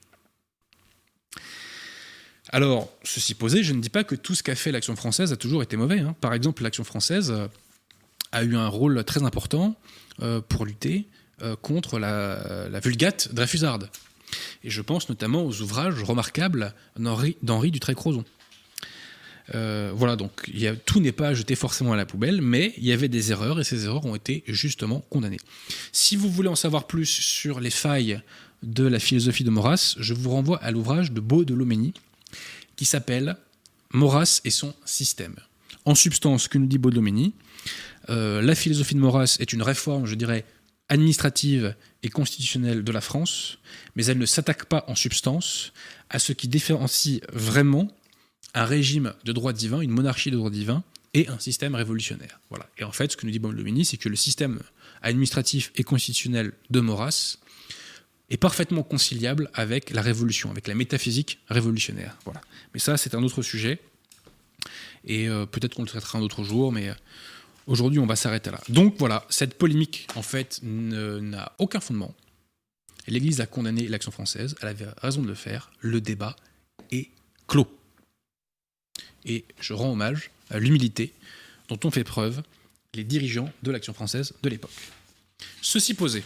A: Alors, ceci posé, je ne dis pas que tout ce qu'a fait l'Action française a toujours été mauvais. Par exemple, l'Action française a eu un rôle très important pour lutter contre la vulgate dreyfusarde. Et je pense notamment aux ouvrages remarquables d'Henri du Trècrozon. Voilà, donc tout n'est pas jeté forcément à la poubelle, mais il y avait des erreurs et ces erreurs ont été justement condamnées. Si vous voulez en savoir plus sur les failles de la philosophie de Maurras, je vous renvoie à l'ouvrage de Beau de Loménie qui s'appelle Maurras et son système. En substance, que nous dit Beau de Loménie, la philosophie de Maurras est une réforme, je dirais, administrative et constitutionnelle de la France, mais elle ne s'attaque pas en substance à ce qui différencie vraiment un régime de droit divin, une monarchie de droit divin, et un système révolutionnaire. Voilà. Et en fait, ce que nous dit Beau de Loménie, c'est que le système administratif et constitutionnel de Maurras est parfaitement conciliable avec la révolution, avec la métaphysique révolutionnaire. Voilà. Mais ça, c'est un autre sujet, et peut-être qu'on le traitera un autre jour, mais aujourd'hui, on va s'arrêter là. Donc voilà, cette polémique, en fait, n'a aucun fondement. L'Église a condamné l'Action française, elle avait raison de le faire, le débat est clos. Et je rends hommage à l'humilité dont ont fait preuve les dirigeants de l'Action française de l'époque. Ceci posé,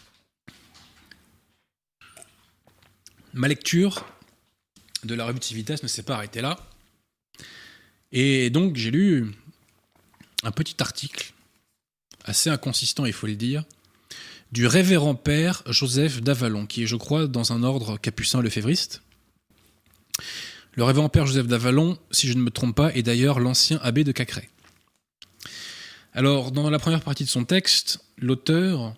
A: ma lecture de la revue de Civitas ne s'est pas arrêtée là. Et donc j'ai lu un petit article, assez inconsistant, il faut le dire, du révérend père Joseph d'Avalon, qui est, je crois, dans un ordre capucin lefévriste. Le révérend père Joseph d'Avalon, si je ne me trompe pas, est d'ailleurs l'ancien abbé de Cacré. Alors, dans la première partie de son texte, l'auteur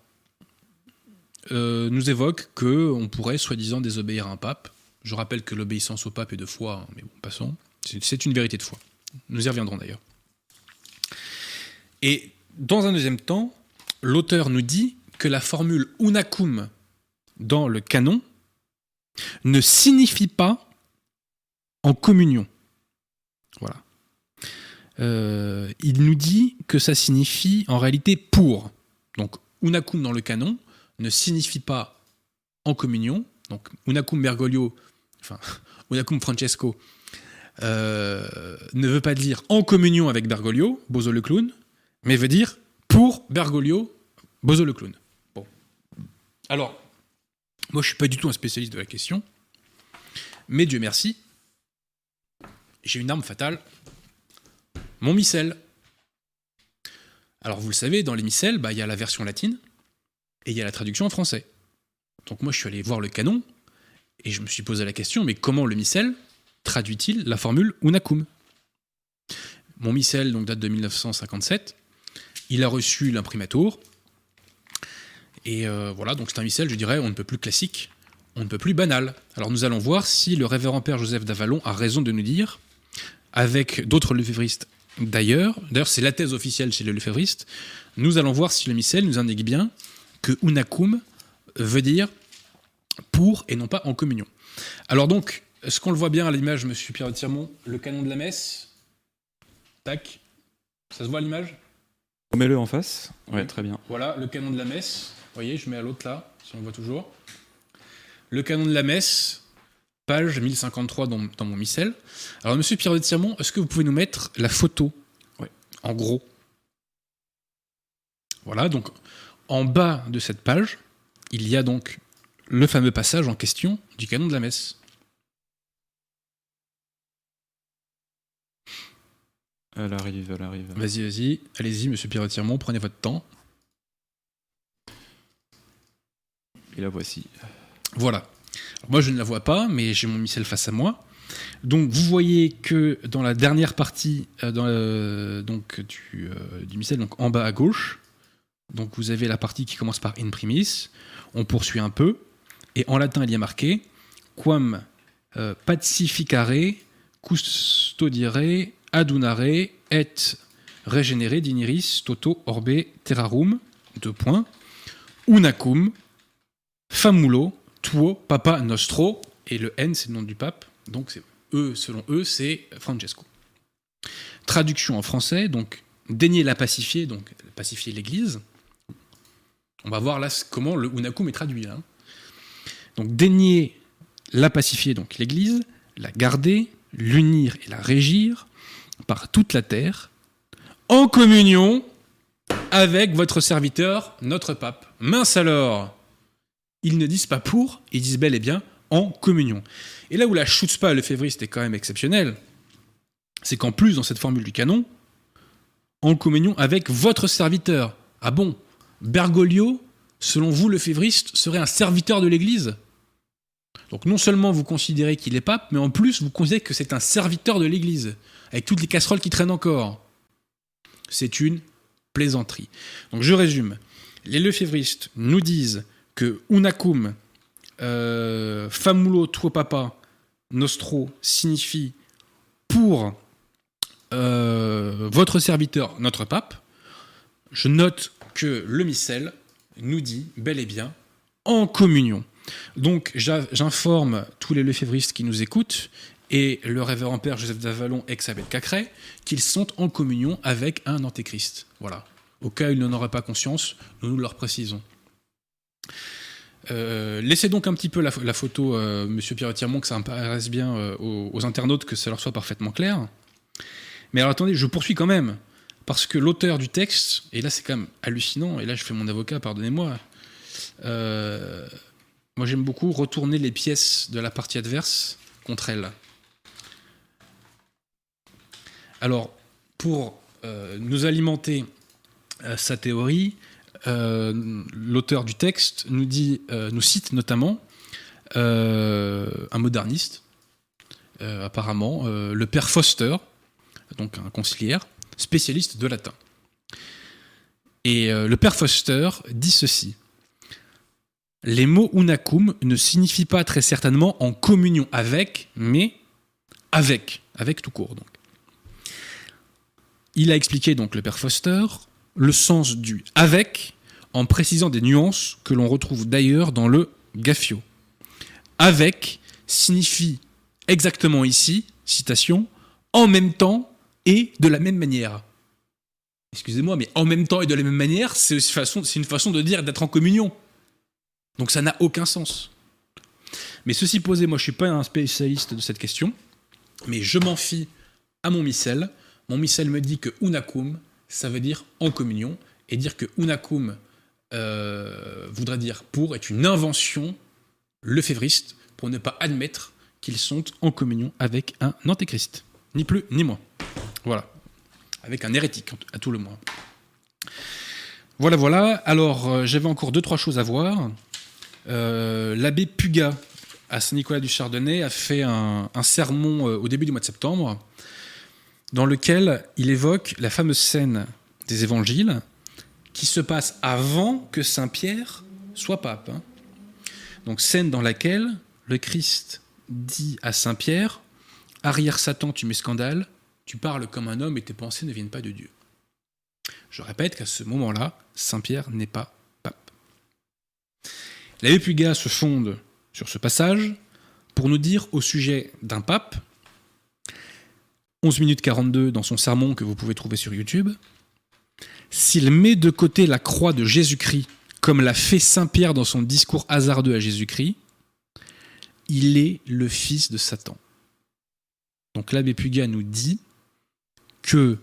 A: nous évoque qu'on pourrait soi-disant désobéir à un pape. Je rappelle que l'obéissance au pape est de foi, mais bon, passons. C'est une vérité de foi. Nous y reviendrons d'ailleurs. Et dans un deuxième temps, l'auteur nous dit que la formule unacum dans le canon ne signifie pas en communion. Voilà. Il nous dit que ça signifie en réalité pour. Donc unacum dans le canon ne signifie pas en communion. Donc unacum Bergoglio, enfin unacum Francesco, ne veut pas dire en communion avec Bergoglio, Boso le clown, mais veut dire pour Bergoglio, Boso le clown. Bon. Alors, moi je suis pas du tout un spécialiste de la question, mais Dieu merci, j'ai une arme fatale, mon missel. Alors vous le savez, dans les missels, il y a la version latine et il y a la traduction en français. Donc moi je suis allé voir le canon et je me suis posé la question, mais comment le missel traduit-il la formule unacum? Mon missel donc, date de 1957, il a reçu l'imprimatur, et voilà, donc c'est un missel, je dirais, on ne peut plus classique, on ne peut plus banal. Alors nous allons voir si le révérend père Joseph d'Avalon a raison de nous dire, avec d'autres lefévristes d'ailleurs c'est la thèse officielle chez les lefévristes, nous allons voir si le missel nous indique bien que unacum veut dire pour et non pas en communion. Alors donc, est-ce qu'on le voit bien à l'image, monsieur Pierre de Tirmont, le canon de la messe? Tac. Ça se voit à l'image?
B: Mets-le en face. Ouais, très bien.
A: Voilà, le canon de la messe. Vous voyez, je mets à l'autre là, si on voit toujours. Le canon de la messe, page 1053 dans mon missel. Alors, monsieur Pierre de Tirmont, est-ce que vous pouvez nous mettre la photo?
B: Ouais.
A: En gros. Voilà, donc en bas de cette page, il y a donc le fameux passage en question du canon de la messe.
B: Elle arrive.
A: Vas-y, allez-y, monsieur Pierre de Tirmont, prenez votre temps.
B: Et la voici.
A: Voilà. Alors moi, je ne la vois pas, mais j'ai mon missel face à moi. Donc, vous voyez que dans la dernière partie du missel, donc en bas à gauche, donc vous avez la partie qui commence par in primis. On poursuit un peu, et en latin, il y a marqué quam pacificare custodire adunare et regenere diniris toto orbe terrarum, 2 points, unacum famulo tuo papa nostro, et le N c'est le nom du pape, donc c'est selon eux c'est Francesco. Traduction en français, donc daigner la pacifier, donc pacifier l'Église. On va voir là comment le unacum est traduit. Hein. Donc daigner la pacifier, donc l'Église, la garder, l'unir et la régir par toute la terre, en communion avec votre serviteur, notre pape. Mince alors! Ils ne disent pas pour, ils disent bel et bien en communion. Et là où la chutzpah lefévriste est quand même exceptionnelle, c'est qu'en plus, dans cette formule du canon, en communion avec votre serviteur. Ah bon, Bergoglio, selon vous, lefévriste, serait un serviteur de l'Église? Donc non seulement vous considérez qu'il est pape, mais en plus vous considérez que c'est un serviteur de l'Église, avec toutes les casseroles qui traînent encore. C'est une plaisanterie. Donc je résume. Les lefévristes nous disent que unacum famulo tuo papa nostro signifie pour votre serviteur, notre pape. Je note que le missel nous dit bel et bien en communion. Donc j'informe tous les lefévristes qui nous écoutent et le révérend père Joseph d'Avalon ex-abbé de Cacré qu'ils sont en communion avec un antéchrist. Voilà. Au cas où ils n'en auraient pas conscience, nous leur précisons. Laissez donc un petit peu la photo, monsieur Pierre Tirmont, que ça apparaisse bien aux internautes, que ça leur soit parfaitement clair. Mais alors attendez, je poursuis quand même, parce que l'auteur du texte, et là c'est quand même hallucinant, et là je fais mon avocat, pardonnez-moi, moi j'aime beaucoup retourner les pièces de la partie adverse contre elle. Alors, pour nous alimenter sa théorie, l'auteur du texte nous cite notamment un moderniste, apparemment, le père Foster, donc un conciliaire, spécialiste de latin. Et le père Foster dit ceci. Les mots unacum ne signifient pas très certainement en communion avec, mais avec tout court. Donc. Il a expliqué, donc, le père Foster, le sens du avec, en précisant des nuances que l'on retrouve d'ailleurs dans le Gaffio. Avec signifie exactement ici, citation, en même temps et de la même manière. Excusez-moi, mais en même temps et de la même manière, c'est une façon de dire d'être en communion. Donc ça n'a aucun sens. Mais ceci posé, moi je ne suis pas un spécialiste de cette question, mais je m'en fie à mon missel. Mon missel me dit que unacum, ça veut dire en communion, et dire que unacum voudrait dire pour est une invention lefévriste pour ne pas admettre qu'ils sont en communion avec un antéchrist. Ni plus ni moins. Voilà. Avec un hérétique, à tout le moins. Voilà. Alors, j'avais encore 2-3 choses à voir. L'abbé Puga, à Saint-Nicolas du Chardonnay, a fait un sermon au début du mois de septembre, dans lequel il évoque la fameuse scène des évangiles qui se passe avant que Saint-Pierre soit pape. Donc, scène dans laquelle le Christ dit à Saint-Pierre « Arrière Satan, tu mets scandale, tu parles comme un homme et tes pensées ne viennent pas de Dieu. » Je répète qu'à ce moment-là, Saint-Pierre n'est pas pape. L'abbé Puga se fonde sur ce passage pour nous dire au sujet d'un pape, 11 minutes 42 dans son sermon que vous pouvez trouver sur YouTube, s'il met de côté la croix de Jésus-Christ, comme l'a fait saint Pierre dans son discours hasardeux à Jésus-Christ, il est le fils de Satan. Donc l'abbé Puga nous dit que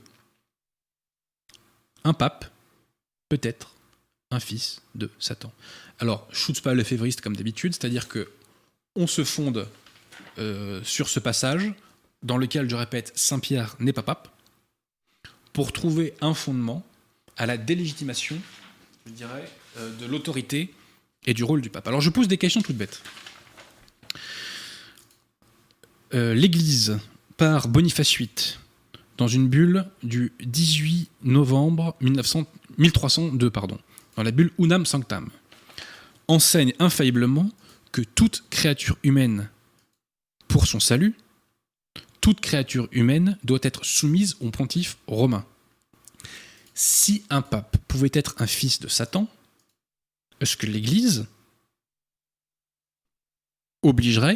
A: un pape peut être un fils de Satan. Alors, shoots pas le févriste comme d'habitude, c'est-à-dire que on se fonde sur ce passage, dans lequel, je répète, saint Pierre n'est pas pape, pour trouver un fondement à la délégitimation, je dirais, de l'autorité et du rôle du pape. Alors je pose des questions toutes bêtes. L'Église, par Boniface VIII, dans une bulle du 18 novembre 1302, dans la bulle Unam Sanctam, enseigne infailliblement que toute créature humaine, pour son salut, toute créature humaine doit être soumise au pontife romain. Si un pape pouvait être un fils de Satan, est-ce que l'Église obligerait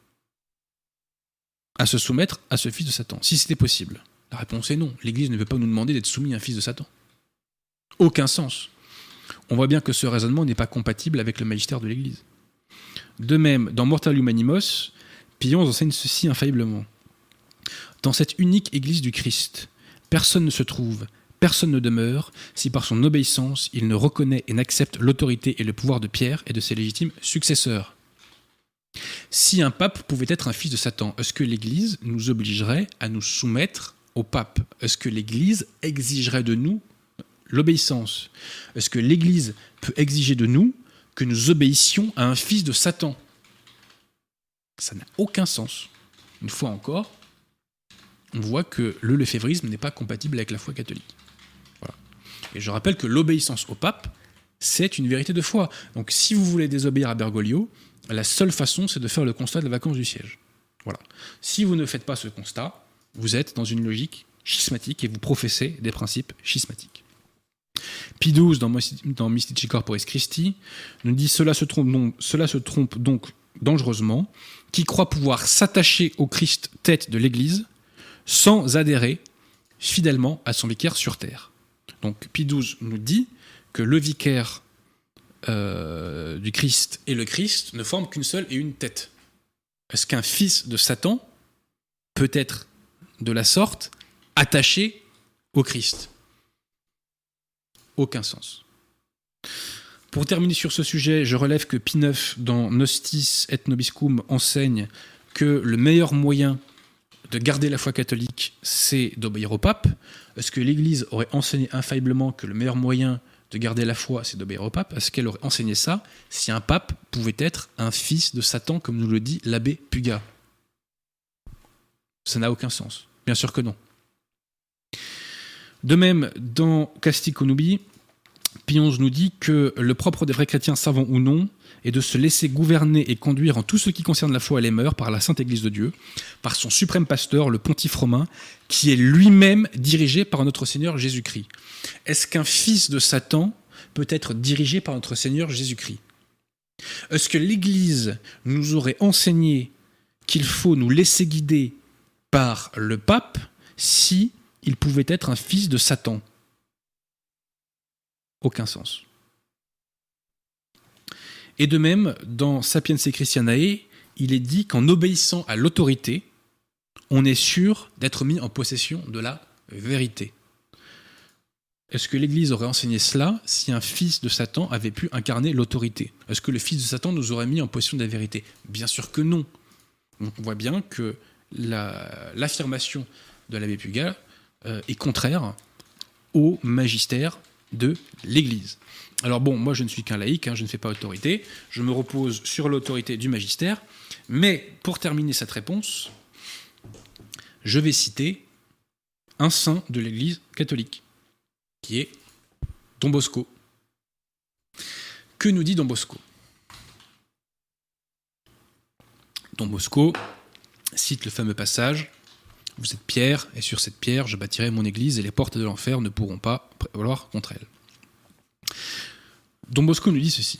A: à se soumettre à ce fils de Satan, si c'était possible? La réponse est non. L'Église ne peut pas nous demander d'être soumis à un fils de Satan. Aucun sens. On voit bien que ce raisonnement n'est pas compatible avec le magistère de l'Église. De même, dans Mortalium Animos, Pie XI enseigne ceci infailliblement. Dans cette unique Église du Christ, personne ne se trouve, personne ne demeure, si par son obéissance il ne reconnaît et n'accepte l'autorité et le pouvoir de Pierre et de ses légitimes successeurs. Si un pape pouvait être un fils de Satan, est-ce que l'Église nous obligerait à nous soumettre au pape? Est-ce que l'Église exigerait de nous l'obéissance? Est-ce que l'Église peut exiger de nous que nous obéissions à un fils de Satan? Ça n'a aucun sens. Une fois encore, on voit que le lefévrisme n'est pas compatible avec la foi catholique. Voilà. Et je rappelle que l'obéissance au pape, c'est une vérité de foi. Donc si vous voulez désobéir à Bergoglio, la seule façon, c'est de faire le constat de la vacance du siège. Voilà. Si vous ne faites pas ce constat, vous êtes dans une logique schismatique et vous professez des principes schismatiques. Pie XII, dans Mystici Corporis Christi, nous dit « Cela se trompe donc dangereusement, qui croit pouvoir s'attacher au Christ tête de l'Église sans adhérer fidèlement à son vicaire sur terre. » Donc Pie XII nous dit que le vicaire du Christ et le Christ ne forment qu'une seule et une tête. Est-ce qu'un fils de Satan peut être de la sorte attaché au Christ? Aucun sens. Pour terminer sur ce sujet, je relève que Pie IX, dans Nostis et Nobiscum, enseigne que le meilleur moyen de garder la foi catholique, c'est d'obéir au pape. Est-ce que l'Église aurait enseigné infailliblement que le meilleur moyen de garder la foi, c'est d'obéir au pape? Est-ce qu'elle aurait enseigné ça si un pape pouvait être un fils de Satan, comme nous le dit l'abbé Puga? Ça n'a aucun sens. Bien sûr que non. De même, dans Casti Connubii, Pie XI nous dit que le propre des vrais chrétiens, savants ou non, est de se laisser gouverner et conduire en tout ce qui concerne la foi et les mœurs par la Sainte Église de Dieu, par son suprême pasteur, le pontife romain, qui est lui-même dirigé par notre Seigneur Jésus-Christ. Est-ce qu'un fils de Satan peut être dirigé par notre Seigneur Jésus-Christ? Est-ce que l'Église nous aurait enseigné qu'il faut nous laisser guider par le pape si il pouvait être un fils de Satan? Aucun sens. Et de même, dans Sapiense Christianae, il est dit qu'en obéissant à l'autorité, on est sûr d'être mis en possession de la vérité. Est-ce que l'Église aurait enseigné cela si un fils de Satan avait pu incarner l'autorité? Est-ce que le fils de Satan nous aurait mis en possession de la vérité? Bien sûr que non. Donc on voit bien que l'affirmation de l'abbé Puga est contraire au magistère de l'Église. Alors bon, moi je ne suis qu'un laïc, je ne fais pas autorité, je me repose sur l'autorité du magistère, mais pour terminer cette réponse, je vais citer un saint de l'Église catholique, qui est Don Bosco. Que nous dit Don Bosco? Don Bosco cite le fameux passage « Vous êtes pierre, et sur cette pierre je bâtirai mon église, et les portes de l'enfer ne pourront pas prévaloir contre elle. » Don Bosco nous dit ceci.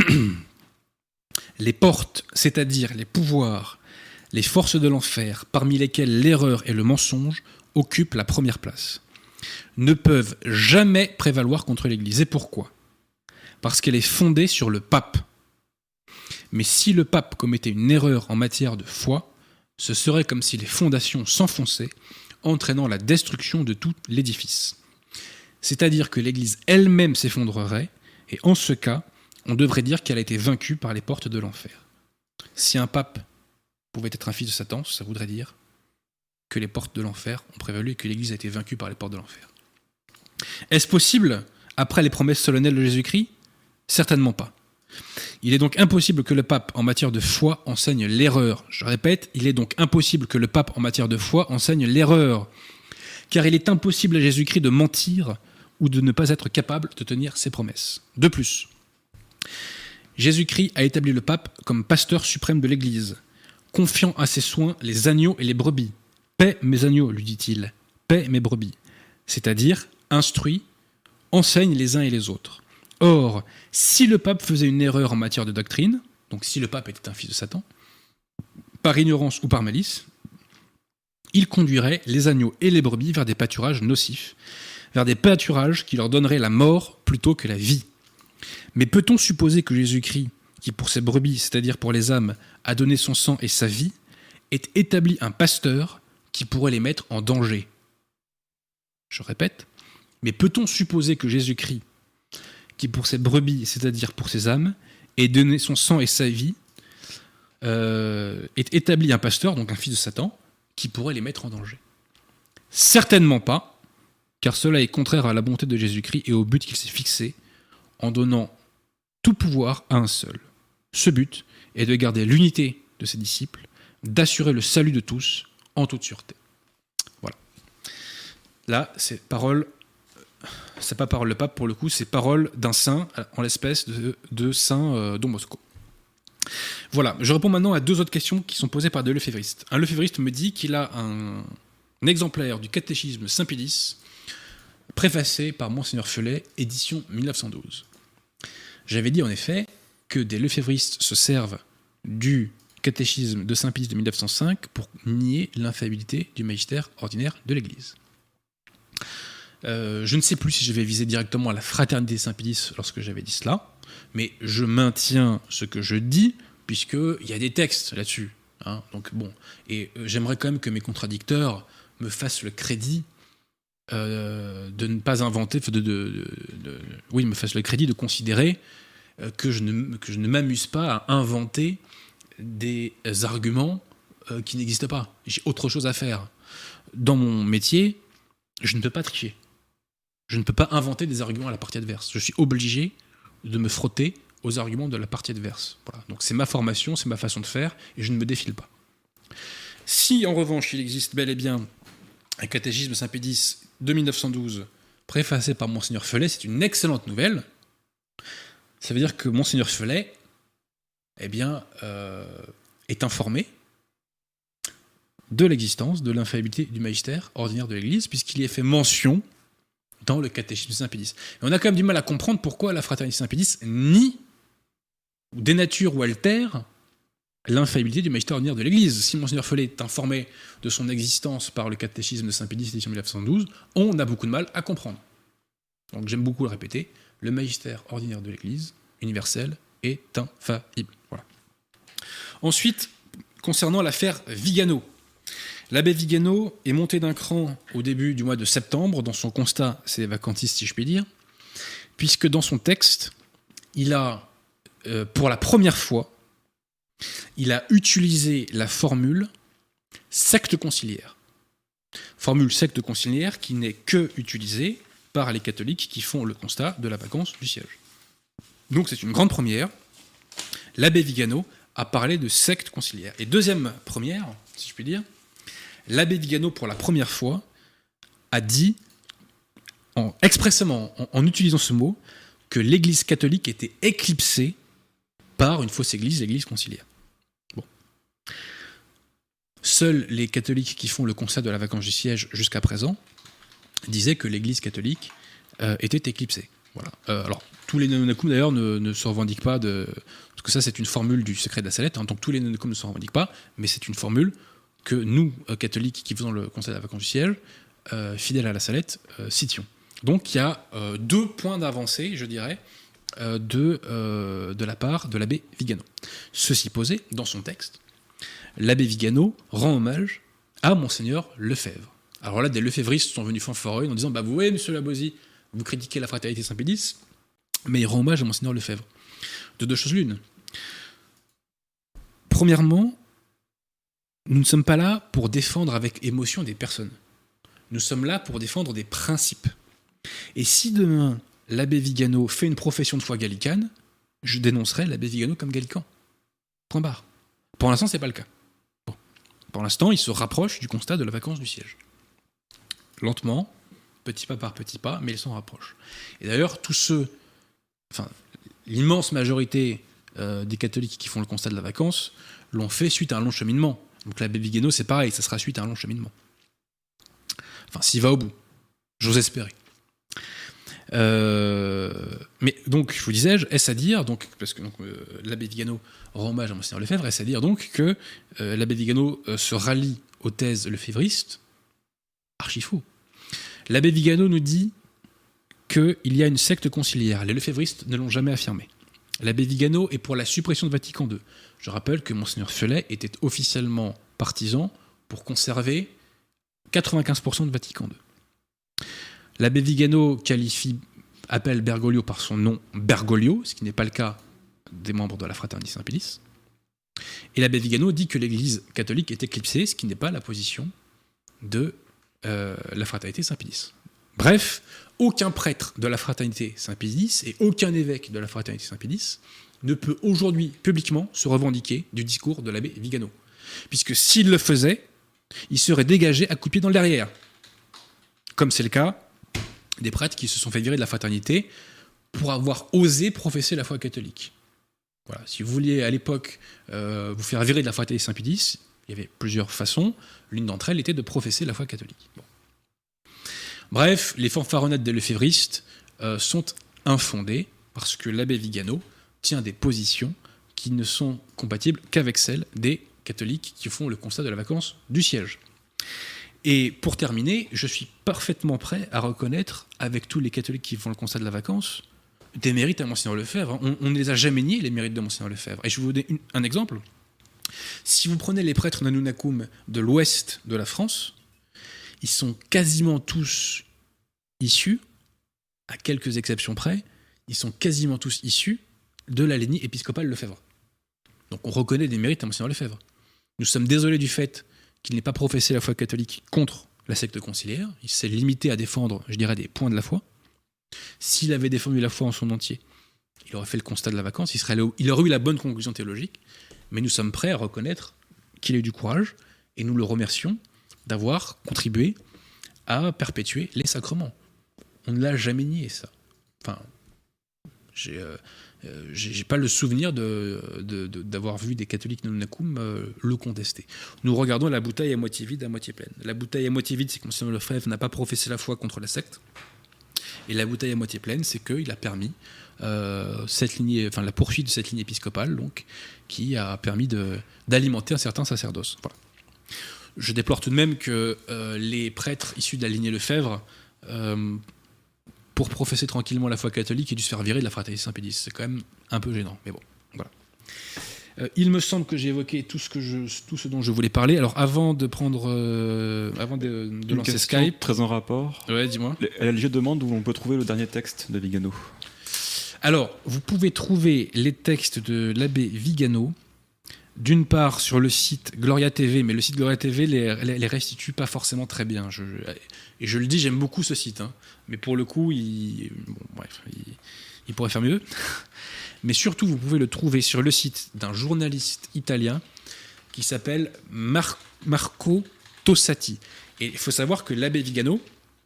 A: « Les portes, c'est-à-dire les pouvoirs, les forces de l'enfer, parmi lesquelles l'erreur et le mensonge, occupent la première place. ne peuvent jamais prévaloir contre l'Église. Et pourquoi ? Parce qu'elle est fondée sur le pape. Mais si le pape commettait une erreur en matière de foi, ce serait comme si les fondations s'enfonçaient, entraînant la destruction de tout l'édifice. C'est-à-dire que l'Église elle-même s'effondrerait, et en ce cas, on devrait dire qu'elle a été vaincue par les portes de l'enfer. Si un pape pouvait être un fils de Satan, ça voudrait dire que les portes de l'enfer ont prévalu et que l'Église a été vaincue par les portes de l'enfer. Est-ce possible après les promesses solennelles de Jésus-Christ ? Certainement pas. Il est donc impossible que le pape en matière de foi enseigne l'erreur. Je répète, il est donc impossible que le pape en matière de foi enseigne l'erreur. Car il est impossible à Jésus-Christ de mentir ou de ne pas être capable de tenir ses promesses. De plus, Jésus-Christ a établi le pape comme pasteur suprême de l'Église, confiant à ses soins les agneaux et les brebis. « Paix mes agneaux », lui dit-il, « paix mes brebis », c'est-à-dire instruit, enseigne les uns et les autres. Or, si le pape faisait une erreur en matière de doctrine, donc si le pape était un fils de Satan, par ignorance ou par malice, il conduirait les agneaux et les brebis vers des pâturages nocifs, vers des pâturages qui leur donneraient la mort plutôt que la vie. Mais peut-on supposer que Jésus-Christ, qui pour ses brebis, c'est-à-dire pour les âmes, a donné son sang et sa vie, ait établi un pasteur qui pourrait les mettre en danger ? Je répète, mais peut-on supposer que Jésus-Christ, qui pour ses brebis, c'est-à-dire pour ses âmes, ait donné son sang et sa vie, ait établi un pasteur, donc un fils de Satan, qui pourrait les mettre en danger ? Certainement pas, car cela est contraire à la bonté de Jésus-Christ et au but qu'il s'est fixé, en donnant tout pouvoir à un seul. Ce but est de garder l'unité de ses disciples, d'assurer le salut de tous en toute sûreté. Voilà. Là, c'est pas parole de pape pour le coup, c'est parole d'un saint, en l'espèce de saint Don Bosco. Voilà, je réponds maintenant à deux autres questions qui sont posées par des lefévristes. Un lefévriste me dit qu'il a un exemplaire du catéchisme Saint-Pédis, préfacé par Monseigneur Felet, édition 1912. J'avais dit en effet que des lefévristes se servent du catéchisme de Saint-Pédis de 1905 pour nier l'infaillibilité du magistère ordinaire de l'Église. Je ne sais plus si je vais viser directement à la fraternité Saint-Pédis lorsque j'avais dit cela, mais je maintiens ce que je dis, puisqu'il y a des textes là-dessus. Hein, donc bon, et j'aimerais quand même que mes contradicteurs me fassent le crédit de ne pas inventer, me fassent le crédit de considérer que je ne m'amuse pas à inventer des arguments qui n'existent pas. J'ai autre chose à faire. Dans mon métier, je ne peux pas tricher. Je ne peux pas inventer des arguments à la partie adverse. Je suis obligé de me frotter aux arguments de la partie adverse. Voilà. Donc c'est ma formation, c'est ma façon de faire, et je ne me défile pas. Si en revanche il existe bel et bien un catéchisme Saint-Pédis de 1912, préfacé par Monseigneur Felet, c'est une excellente nouvelle. Ça veut dire que Monseigneur Felet, est informé de l'existence de l'infaillibilité du magistère ordinaire de l'Église, puisqu'il y est fait mention dans le catéchisme de Saint-Pédis. Et on a quand même du mal à comprendre pourquoi la fraternité Saint-Pédis nie, ou dénature ou altère l'infaillibilité du magistère ordinaire de l'Église. Si Monseigneur Felet est informé de son existence par le catéchisme de Saint-Pédis, édition 1912, on a beaucoup de mal à comprendre. Donc j'aime beaucoup le répéter, le magistère ordinaire de l'Église, universel, est infaillible. Voilà. Ensuite, concernant l'affaire Vigano. L'abbé Vigano est monté d'un cran au début du mois de septembre, dans son constat, c'est vacantiste si je puis dire, puisque dans son texte, il a, pour la première fois, il a utilisé la formule secte conciliaire. Formule secte conciliaire qui n'est que utilisée par les catholiques qui font le constat de la vacance du siège. Donc c'est une grande première. L'abbé Vigano a parlé de secte conciliaire. Et deuxième première, si je puis dire, l'abbé Vigano, pour la première fois, a dit, expressément, en utilisant ce mot, que l'Église catholique était éclipsée par une fausse Église, l'Église conciliaire. Bon. Seuls les catholiques qui font le constat de la vacance du siège jusqu'à présent disaient que l'Église catholique était éclipsée. Voilà. Alors, tous les nonacum d'ailleurs ne se revendiquent pas de... Parce que ça, c'est une formule du secret de la Salette, hein, donc tous les nonacum ne se revendiquent pas, mais c'est une formule que nous, catholiques qui faisons le constat de la vacance du siège, fidèle à la Salette, Scipion. Donc il y a 2 points d'avancée, je dirais, de la part de l'abbé Vigano. Ceci posé, dans son texte, l'abbé Vigano rend hommage à Monseigneur Lefebvre. Alors là, des lefévristes sont venus fanfarer en disant « Vous voyez, monsieur Labozy, vous critiquez la fraternité Saint-Pédis, mais il rend hommage à Monseigneur Lefebvre. » De 2 choses l'une. Premièrement, nous ne sommes pas là pour défendre avec émotion des personnes. Nous sommes là pour défendre des principes. Et si demain, l'abbé Vigano fait une profession de foi gallicane, je dénoncerai l'abbé Vigano comme gallican. Point barre. Pour l'instant, ce n'est pas le cas. Bon. Pour l'instant, il se rapproche du constat de la vacance du siège. Lentement, petit pas par petit pas, mais il s'en rapproche. Et d'ailleurs, l'immense majorité des catholiques qui font le constat de la vacance l'ont fait suite à un long cheminement. Donc l'abbé Vigano, c'est pareil, ça sera suite à un long cheminement. Enfin, s'il va au bout. J'ose espérer. Mais donc, je vous disais, est-ce à dire, donc, parce que l'abbé Vigano rend hommage à Monseigneur Lefebvre, est-ce à dire donc que l'abbé Vigano se rallie aux thèses lefévristes? Archi faux. L'abbé Vigano nous dit qu'il y a une secte conciliaire. Les lefévristes ne l'ont jamais affirmé. L'abbé Vigano est pour la suppression de Vatican II. Je rappelle que Monseigneur Felet était officiellement partisan pour conserver 95% de Vatican II. L'abbé Vigano appelle Bergoglio par son nom Bergoglio, ce qui n'est pas le cas des membres de la fraternité Saint-Pédis. Et l'abbé Vigano dit que l'Église catholique est éclipsée, ce qui n'est pas la position de la fraternité Saint-Pédis. Bref, aucun prêtre de la fraternité Saint-Pédis et aucun évêque de la fraternité Saint-Pédis ne peut aujourd'hui publiquement se revendiquer du discours de l'abbé Vigano. Puisque s'il le faisait, il serait dégagé à coups de pied dans le derrière. Comme c'est le cas des prêtres qui se sont fait virer de la fraternité pour avoir osé professer la foi catholique. Voilà. Si vous vouliez à l'époque vous faire virer de la fraternité Saint-Pédis, il y avait plusieurs façons. L'une d'entre elles était de professer la foi catholique. Bon. Bref, les fanfaronnades des lefévristes sont infondées parce que l'abbé Vigano tient des positions qui ne sont compatibles qu'avec celles des catholiques qui font le constat de la vacance du siège. Et pour terminer, je suis parfaitement prêt à reconnaître, avec tous les catholiques qui font le constat de la vacance, des mérites à Monseigneur Lefebvre. On ne les a jamais niés, les mérites de Monseigneur Lefebvre. Et je vais vous donner un exemple. Si vous prenez les prêtres Nanunakum de l'ouest de la France, ils sont quasiment tous issus, à quelques exceptions près, ils sont quasiment tous issus de la lignée épiscopale Lefebvre. Donc on reconnaît des mérites à Monseigneur Lefebvre. Nous sommes désolés du fait qu'il n'ait pas professé la foi catholique contre la secte conciliaire. Il s'est limité à défendre, je dirais, des points de la foi. S'il avait défendu la foi en son entier, il aurait fait le constat de la vacance, il aurait eu la bonne conclusion théologique, mais nous sommes prêts à reconnaître qu'il a eu du courage, et nous le remercions d'avoir contribué à perpétuer les sacrements. On ne l'a jamais nié, ça. Enfin, j'ai pas le souvenir d'avoir vu des catholiques Nanunakum le contester. Nous regardons la bouteille à moitié vide, à moitié pleine. La bouteille à moitié vide, c'est que Monseigneur Lefebvre n'a pas professé la foi contre la secte. Et la bouteille à moitié pleine, c'est qu'il a permis la poursuite de cette ligne épiscopale, donc, qui a permis d'alimenter un certain sacerdoce. Voilà. Je déplore tout de même que les prêtres issus de la lignée Lefebvre, pour professer tranquillement la foi catholique, aient dû se faire virer de la fraternité Saint-Pédis. C'est quand même un peu gênant, mais bon, voilà. Il me semble que j'ai évoqué tout ce dont je voulais parler. Alors, avant de lancer Skype,
B: très en rapport.
A: Ouais, dis-moi.
B: LLG demande où on peut trouver le dernier texte de Vigano.
A: Alors, vous pouvez trouver les textes de l'abbé Vigano, d'une part sur le site Gloria TV, mais le site Gloria TV les restitue pas forcément très bien. Et je le dis, j'aime beaucoup ce site, hein, mais pour le coup, il pourrait faire mieux. Mais surtout, vous pouvez le trouver sur le site d'un journaliste italien qui s'appelle Marco Tossati. Et il faut savoir que l'abbé Vigano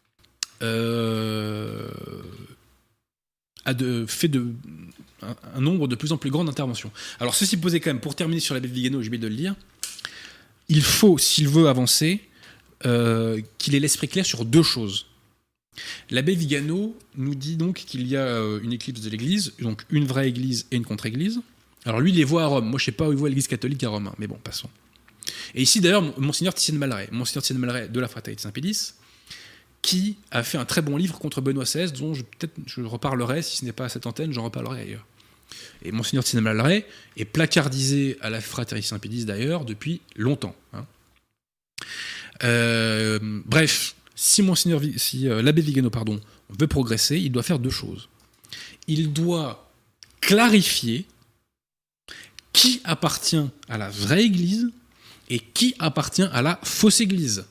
A: a fait un nombre de plus en plus grand d'interventions. Alors, ceci posé quand même, pour terminer sur l'abbé Vigano, j'ai oublié de le dire, il faut, s'il veut avancer, qu'il ait l'esprit clair sur 2 choses. L'abbé Vigano nous dit donc qu'il y a une éclipse de l'Église, donc une vraie Église et une contre-Église. Alors lui, il les voit à Rome. Moi, je ne sais pas où il voit l'Église catholique à Rome, hein, mais bon, passons. Et ici, d'ailleurs, Monseigneur Titienne Malray de la fraternité Saint-Pédis, qui a fait un très bon livre contre Benoît XVI, dont je reparlerai, si ce n'est pas à cette antenne, j'en reparlerai ailleurs. Et Monseigneur de Sénémalrais est placardisé à la Fraternité Saint-Pédis d'ailleurs depuis longtemps. Bref, si l'abbé Vigano veut progresser, il doit faire 2 choses. Il doit clarifier qui appartient à la vraie Église et qui appartient à la fausse Église.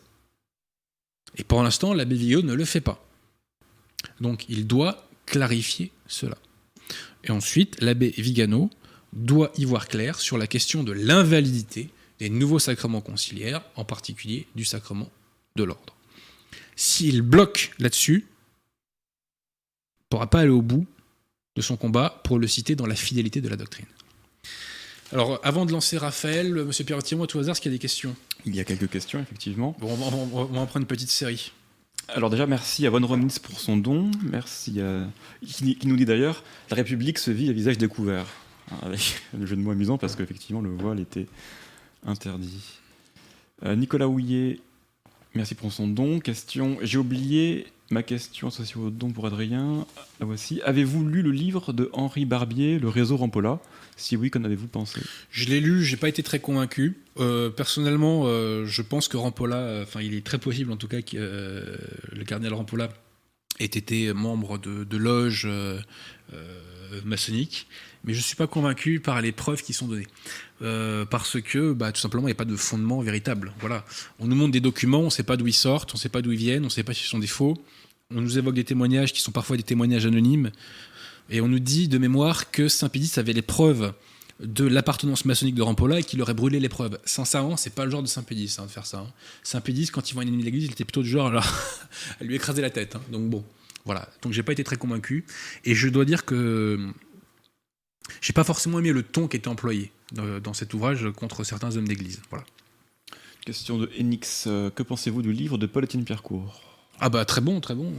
A: Et pour l'instant, l'abbé Vigano ne le fait pas. Donc il doit clarifier cela. Et ensuite, l'abbé Vigano doit y voir clair sur la question de l'invalidité des nouveaux sacrements conciliaires, en particulier du sacrement de l'ordre. S'il bloque là-dessus, il ne pourra pas aller au bout de son combat pour le citer dans la fidélité de la doctrine. Alors, avant de lancer Raphaël, M. Pierre-Thibault, à tout hasard, est-ce qu'il y a des questions ?
B: Il y a quelques questions, effectivement.
A: Bon, on va en prendre une petite série.
B: Alors déjà, merci à Von Romnitz pour son don. Merci à... qui nous dit d'ailleurs « La République se vit à visage découvert ». Avec le jeu de mots amusant, parce qu'effectivement, le voile était interdit. Nicolas Houillet, merci pour son don. Question, j'ai oublié ma question associée au don pour Adrien. La voici. Avez-vous lu le livre de Henri Barbier, Le réseau Rampolla ? Si oui, qu'en avez-vous pensé ?
A: Je l'ai lu, j'ai pas été très convaincu. Personnellement, je pense que Rampolla, il est très possible en tout cas que le cardinal Rampolla ait été membre de loges maçonniques, mais je suis pas convaincu par les preuves qui sont données. Parce que, tout simplement, il n'y a pas de fondement véritable. Voilà. On nous montre des documents, on ne sait pas d'où ils sortent, on ne sait pas d'où ils viennent, on ne sait pas si ce sont des faux. On nous évoque des témoignages qui sont parfois des témoignages anonymes. Et on nous dit de mémoire que Saint-Pédis avait les preuves de l'appartenance maçonnique de Rampolla et qu'il aurait brûlé les preuves. Sincèrement, c'est pas le genre de Saint-Pédis de faire ça. Saint-Pédis, quand il voit un ennemi de l'Église, il était plutôt du genre à lui écraser la tête. Donc bon, voilà. Donc j'ai pas été très convaincu. Et je dois dire que j'ai pas forcément aimé le ton qui était employé dans cet ouvrage contre certains hommes d'Église. Voilà.
B: Question de Enix. Que pensez-vous du livre de Paul-Étienne Pierrecourt ?
A: Très bon, très bon.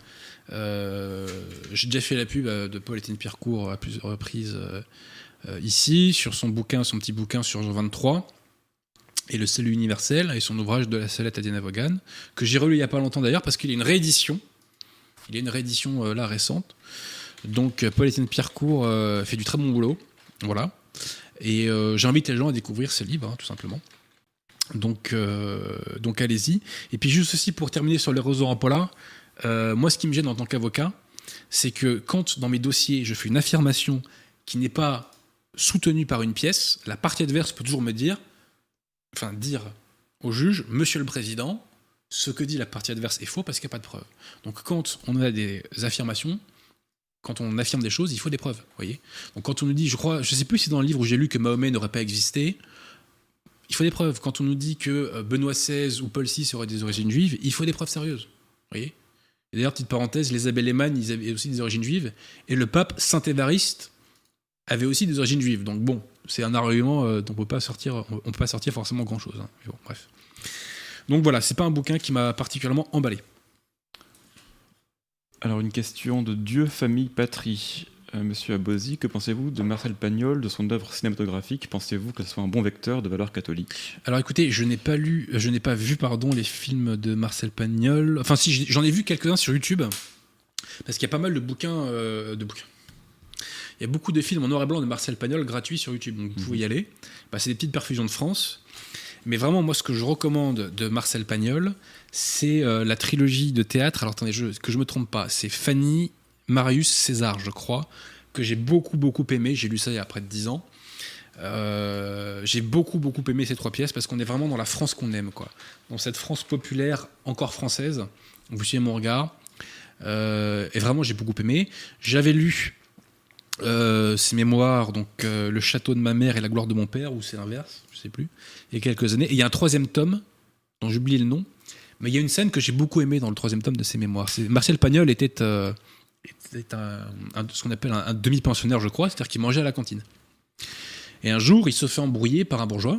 A: J'ai déjà fait la pub de Paul-Étienne Pierrecourt à plusieurs reprises ici, sur son petit bouquin sur Jean 23 et le salut universel, et son ouvrage de la Salette à Diana Vaughan, que j'ai relu il n'y a pas longtemps d'ailleurs, parce qu'il y a une réédition. Il y a une réédition là récente. Donc Paul-Étienne Pierrecourt fait du très bon boulot. Voilà. Et j'invite les gens à découvrir ce livre, tout simplement. Donc allez-y. Et puis juste aussi pour terminer sur les réseaux Rampolla, moi ce qui me gêne en tant qu'avocat, c'est que quand dans mes dossiers je fais une affirmation qui n'est pas soutenue par une pièce, la partie adverse peut toujours me dire au juge, Monsieur le Président, ce que dit la partie adverse est faux parce qu'il n'y a pas de preuves. Donc quand on a des affirmations, quand on affirme des choses, il faut des preuves, voyez. Donc quand on nous dit, je sais plus si dans le livre où j'ai lu que Mahomet n'aurait pas existé, il faut des preuves. Quand on nous dit que Benoît XVI ou Paul VI auraient des origines juives, il faut des preuves sérieuses, voyez. Et d'ailleurs, petite parenthèse, les abbés Lehmann, ils avaient aussi des origines juives, et le pape Saint-Évariste avait aussi des origines juives. Donc bon, c'est un argument dont on peut pas sortir forcément grand-chose. Mais bon, bref. Donc voilà, c'est pas un bouquin qui m'a particulièrement emballé.
B: Alors une question de Dieu, famille, patrie. Monsieur Abosi, que pensez-vous de Marcel Pagnol, de son œuvre cinématographique ? Pensez-vous que ce soit un bon vecteur de valeurs catholiques ?
A: Alors écoutez, je n'ai pas vu les films de Marcel Pagnol. Enfin si, j'en ai vu quelques-uns sur YouTube, parce qu'il y a pas mal de bouquins. Il y a beaucoup de films en noir et blanc de Marcel Pagnol gratuits sur YouTube, donc vous pouvez y aller. C'est des petites perfusions de France. Mais vraiment, moi, ce que je recommande de Marcel Pagnol, c'est la trilogie de théâtre. Alors attendez, que je me trompe pas, c'est Fanny, Marius, César, je crois, que j'ai beaucoup aimé. J'ai lu ça il y a près de 10 ans. J'ai beaucoup aimé ces 3 pièces parce qu'on est vraiment dans la France qu'on aime, quoi. Dans cette France populaire, encore française. Vous suivez mon regard. Et vraiment, j'ai beaucoup aimé. J'avais lu ses mémoires, donc Le château de ma mère et la gloire de mon père, ou c'est l'inverse, je sais plus, il y a quelques années. Et il y a un 3e tome, dont j'oublie le nom, mais il y a une scène que j'ai beaucoup aimée dans le 3e tome de ses mémoires. Marcel Pagnol était ce qu'on appelle un demi-pensionnaire, je crois, c'est-à-dire qu'il mangeait à la cantine. Et un jour, il se fait embrouiller par un bourgeois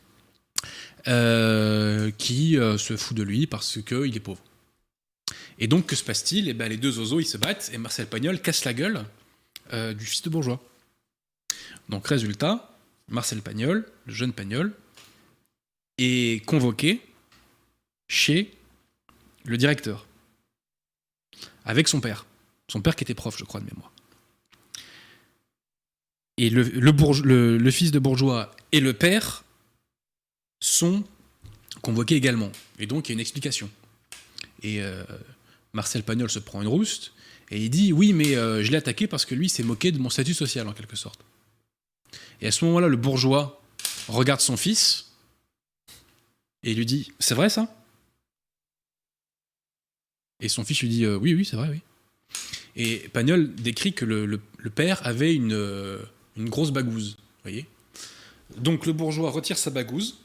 A: qui se fout de lui parce qu'il est pauvre. Et donc, que se passe-t-il ? Les 2 oiseaux, ils se battent, et Marcel Pagnol casse la gueule du fils de bourgeois. Donc, résultat, Marcel Pagnol, le jeune Pagnol, est convoqué chez le directeur. avec son père. Son père qui était prof, je crois, de mémoire. Et le fils de bourgeois et le père sont convoqués également. Et donc, il y a une explication. Et Marcel Pagnol se prend une rouste et il dit « Oui, mais je l'ai attaqué parce que lui s'est moqué de mon statut social, en quelque sorte. » Et à ce moment-là, le bourgeois regarde son fils et lui dit « C'est vrai, ça ?» Et son fils lui dit « Oui, c'est vrai, oui. » Et Pagnol décrit que le père avait une grosse bagouze, vous voyez. Donc le bourgeois retire sa bagouze,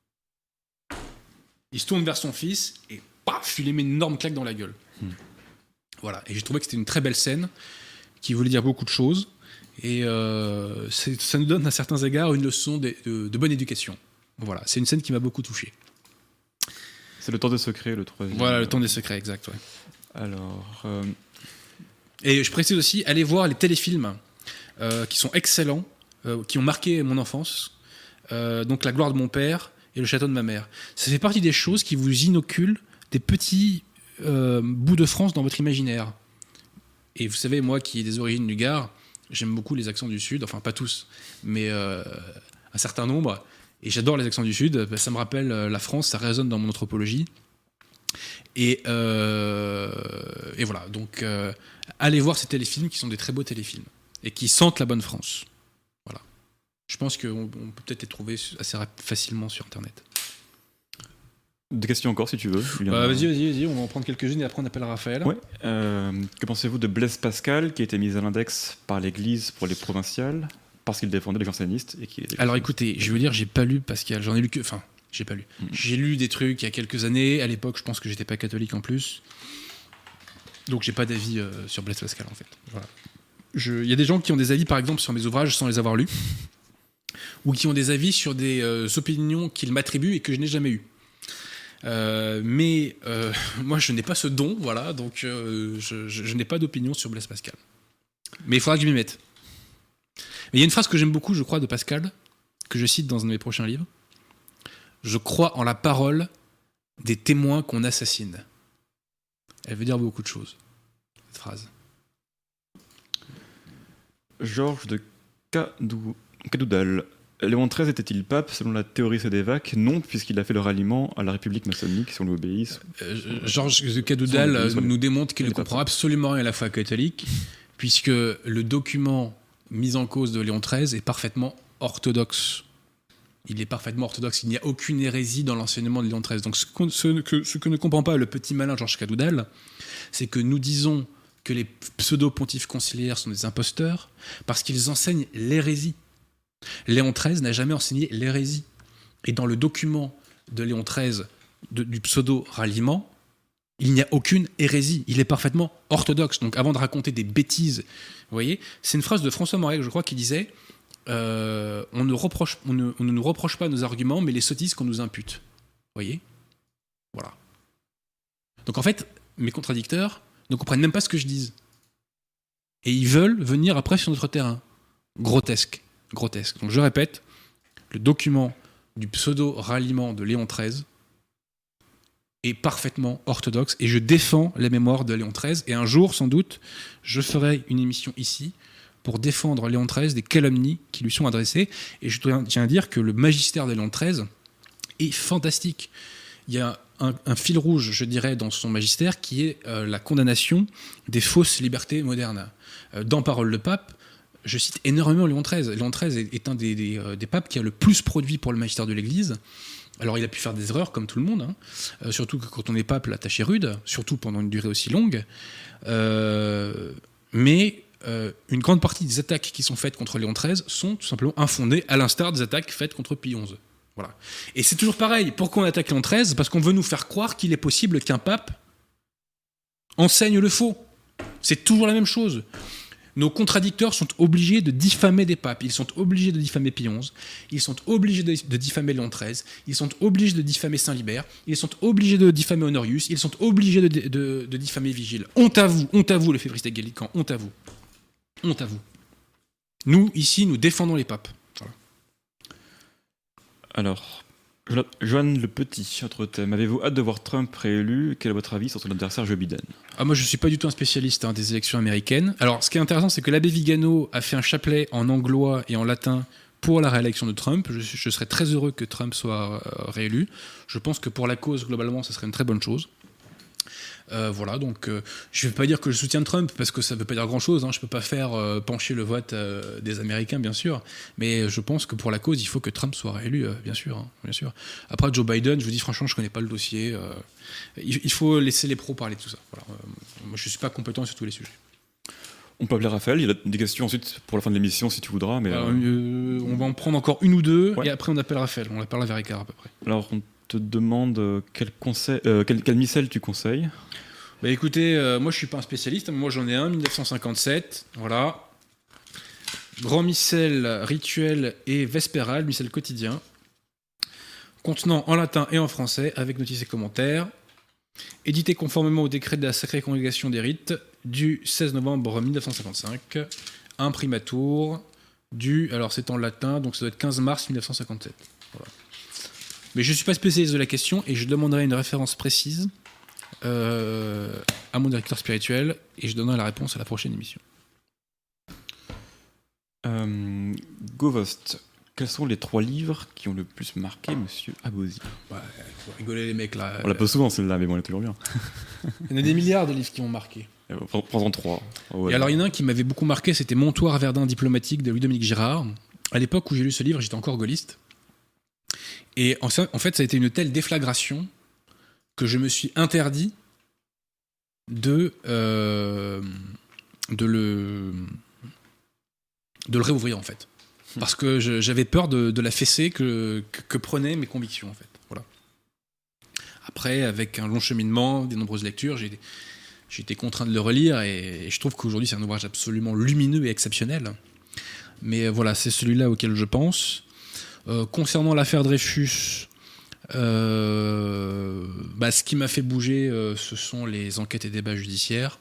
A: il se tourne vers son fils et paf, il lui met une énorme claque dans la gueule. Voilà. Et j'ai trouvé que c'était une très belle scène qui voulait dire beaucoup de choses. Et ça nous donne à certains égards une leçon de bonne éducation. Voilà. C'est une scène qui m'a beaucoup touché.
B: C'est le temps des secrets, le troisième.
A: Voilà, le temps des secrets, exact. Ouais.
B: Alors.
A: Et je précise aussi, allez voir les téléfilms qui sont excellents, qui ont marqué mon enfance. Donc La gloire de mon père et Le château de ma mère. Ça fait partie des choses qui vous inoculent des petits bouts de France dans votre imaginaire. Et vous savez, moi qui ai des origines du Gard, j'aime beaucoup les accents du Sud, enfin pas tous, mais un certain nombre. Et j'adore les accents du Sud, ça me rappelle la France, ça résonne dans mon anthropologie. Et voilà, donc allez voir ces téléfilms qui sont des très beaux téléfilms et qui sentent la bonne France. Voilà. Je pense qu'on peut peut-être les trouver assez facilement sur Internet.
B: Des questions encore, si tu veux.
A: Vas-y, on va en prendre quelques-unes et après on appellera Raphaël.
B: Ouais. Que pensez-vous de Blaise Pascal, qui a été mis à l'index par l'Église pour les provinciales, parce qu'il défendait les jansénistes et qu'il était...
A: Alors écoutez, je veux dire, j'ai pas lu Pascal, j'en ai lu que... Enfin, j'ai pas lu. J'ai lu des trucs il y a quelques années, à l'époque je pense que j'étais pas catholique en plus, donc j'ai pas d'avis sur Blaise Pascal en fait. Voilà. Il y a des gens qui ont des avis par exemple sur mes ouvrages sans les avoir lus, ou qui ont des avis sur des opinions qu'ils m'attribuent et que je n'ai jamais eues. Mais moi je n'ai pas ce don, voilà, donc je n'ai pas d'opinion sur Blaise Pascal. Mais il faudra que je m'y mette. Mais il y a une phrase que j'aime beaucoup, je crois, de Pascal, que je cite dans un de mes prochains livres. Je crois en la parole des témoins qu'on assassine. Elle veut dire beaucoup de choses, cette phrase.
B: Georges de Cadoudal. Léon XIII était-il pape selon la théorie Sédévac ? Non, puisqu'il a fait le ralliement à la République maçonnique si on lui obéit.
A: Georges de Cadoudal nous démontre qu'il ne comprend absolument rien à la foi catholique, puisque le document mis en cause de Léon XIII est parfaitement orthodoxe. Il est parfaitement orthodoxe. Il n'y a aucune hérésie dans l'enseignement de Léon XIII. Donc ce que ne comprend pas le petit malin Georges Cadoudal, c'est que nous disons que les pseudo-pontifes conciliaires sont des imposteurs parce qu'ils enseignent l'hérésie. Léon XIII n'a jamais enseigné l'hérésie. Et dans le document de Léon XIII du pseudo-ralliement, il n'y a aucune hérésie. Il est parfaitement orthodoxe. Donc avant de raconter des bêtises, vous voyez, c'est une phrase de François Morel, je crois, qui disait on ne nous reproche pas nos arguments, mais les sottises qu'on nous impute. Vous voyez ? Voilà. Donc en fait, mes contradicteurs ne comprennent même pas ce que je dis. Et ils veulent venir après sur notre terrain. Grotesque. Donc je répète, le document du pseudo-ralliement de Léon XIII est parfaitement orthodoxe et je défends la mémoire de Léon XIII. Et un jour, sans doute, je ferai une émission ici pour défendre Léon XIII des calomnies qui lui sont adressées. Et je tiens à dire que le magistère de Léon XIII est fantastique. Il y a un fil rouge, je dirais, dans son magistère qui est la condamnation des fausses libertés modernes. Dans Paroles de pape, je cite énormément Léon XIII. Léon XIII est un des papes qui a le plus produit pour le magistère de l'Église. Alors il a pu faire des erreurs comme tout le monde, hein. Surtout que quand on est pape, la tâche est rude, surtout pendant une durée aussi longue. Mais une grande partie des attaques qui sont faites contre Léon XIII sont tout simplement infondées, à l'instar des attaques faites contre Pie XI. Voilà. Et c'est toujours pareil. Pourquoi on attaque Léon XIII ? Parce qu'on veut nous faire croire qu'il est possible qu'un pape enseigne le faux. C'est toujours la même chose. Nos contradicteurs sont obligés de diffamer des papes. Ils sont obligés de diffamer Pie XI. Ils sont obligés de diffamer Léon XIII. Ils sont obligés de diffamer Saint Libère. Ils sont obligés de diffamer Honorius. Ils sont obligés de diffamer Vigile. Honte à vous, les févristes et gallicans. Honte à vous. Honte à vous. Nous, ici, nous défendons les papes. Voilà.
B: Alors, Joanne Le Petit, autre thème. Avez-vous hâte de voir Trump réélu? Quel est votre avis sur son adversaire Joe Biden?
A: Moi, je ne suis pas du tout un spécialiste des élections américaines. Alors, ce qui est intéressant, c'est que l'abbé Vigano a fait un chapelet en anglois et en latin pour la réélection de Trump. Je serais très heureux que Trump soit réélu. Je pense que pour la cause, globalement, ça serait une très bonne chose. Voilà, donc je ne vais pas dire que je soutiens Trump parce que ça ne veut pas dire grand-chose. Je ne peux pas faire pencher le vote des Américains, bien sûr. Mais je pense que pour la cause, il faut que Trump soit réélu, bien sûr, bien sûr. Après, Joe Biden, je vous dis franchement, je ne connais pas le dossier. Il faut laisser les pros parler de tout ça. Voilà. Moi, je ne suis pas compétent sur tous les sujets.
B: On peut appeler Raphaël. Il y a des questions ensuite pour la fin de l'émission, si tu voudras. Mais
A: on va en prendre encore une ou deux,
B: ouais.
A: Et après, on appelle Raphaël. On l'appelle vers écart, à peu près.
B: Alors, on te demande quel missel tu conseilles.
A: Écoutez, moi je suis pas un spécialiste, moi j'en ai un, 1957, voilà. Grand missel rituel et vespéral, missel quotidien, contenant en latin et en français, avec notices et commentaires, édité conformément au décret de la Sacrée Congrégation des Rites du 16 novembre 1955, imprimatur alors c'est en latin, donc ça doit être 15 mars 1957. Voilà. Mais je suis pas spécialiste de la question et je demanderai une référence précise à mon directeur spirituel et je donnerai la réponse à la prochaine émission.
B: Govost, quels sont les 3 livres qui ont le plus marqué Monsieur Abosi?
A: Ouais, faut rigoler les mecs là.
B: On la pose souvent celle-là, mais bon, elle est toujours bien.
A: Il y en a des milliards de livres qui m'ont marqué.
B: Prends-en 3. Ouais.
A: Et alors il y en a un qui m'avait beaucoup marqué, c'était Montoire à Verdun diplomatique de Louis-Dominique Girard. À l'époque où j'ai lu ce livre, j'étais encore gaulliste. Et en fait, ça a été une telle déflagration que je me suis interdit de le réouvrir en fait. Parce que j'avais peur de la fessée que prenaient mes convictions en fait. Voilà. Après, avec un long cheminement, des nombreuses lectures, j'ai été contraint de le relire et je trouve qu'aujourd'hui c'est un ouvrage absolument lumineux et exceptionnel. Mais voilà, c'est celui-là auquel je pense. Concernant l'affaire Dreyfus, ce qui m'a fait bouger, ce sont les enquêtes et débats judiciaires.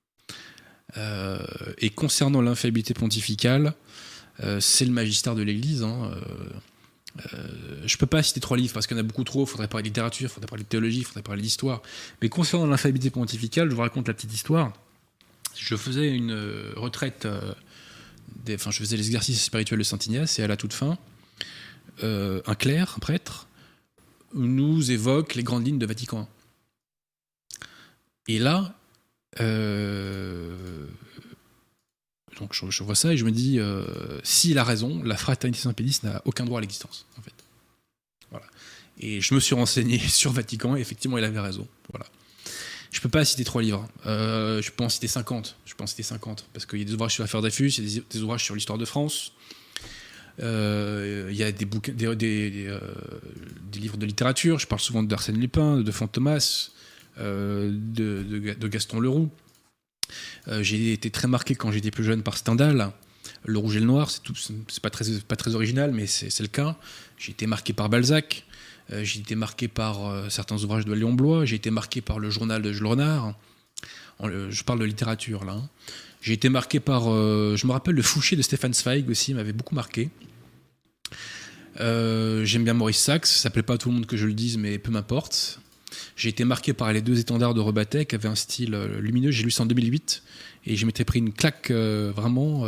A: Et concernant l'infaillibilité pontificale, c'est le magistère de l'Église. Je peux pas citer 3 livres parce qu'il y en a beaucoup trop. Il faudrait parler de littérature, il faudrait parler de théologie, il faudrait parler d'histoire. Mais concernant l'infaillibilité pontificale, je vous raconte la petite histoire. Je faisais une retraite, je faisais l'exercice spirituel de Saint Ignace et à la toute fin, un clerc, un prêtre, nous évoque les grandes lignes de Vatican I. Et là, donc je vois ça et je me dis, s'il a raison, la fraternité Saint-Pédis n'a aucun droit à l'existence, en fait. Voilà. Et je me suis renseigné sur Vatican et effectivement, il avait raison. Voilà. Je peux pas citer 3 livres. Je peux en citer 50. Parce qu'il y a des ouvrages sur l'affaire Dreyfus, il y a des ouvrages sur l'histoire de France. Il y a des bouquins, des livres de littérature. Je parle souvent d'Arsène Lupin, de Fantômas, de Gaston Leroux. J'ai été très marqué quand j'étais plus jeune par Stendhal. Le Rouge et le Noir, c'est pas très original, mais c'est le cas. J'ai été marqué par Balzac. J'ai été marqué par certains ouvrages de Léon Bloy. J'ai été marqué par le journal de Jules Renard. Je parle de littérature là. J'ai été marqué par, je me rappelle, le Fouché de Stefan Zweig aussi, m'avait beaucoup marqué. J'aime bien Maurice Sachs, ça plaît pas à tout le monde que je le dise, mais peu m'importe. J'ai été marqué par les 2 étendards de Rebattet, qui avaient un style lumineux. J'ai lu ça en 2008 et je m'étais pris une claque vraiment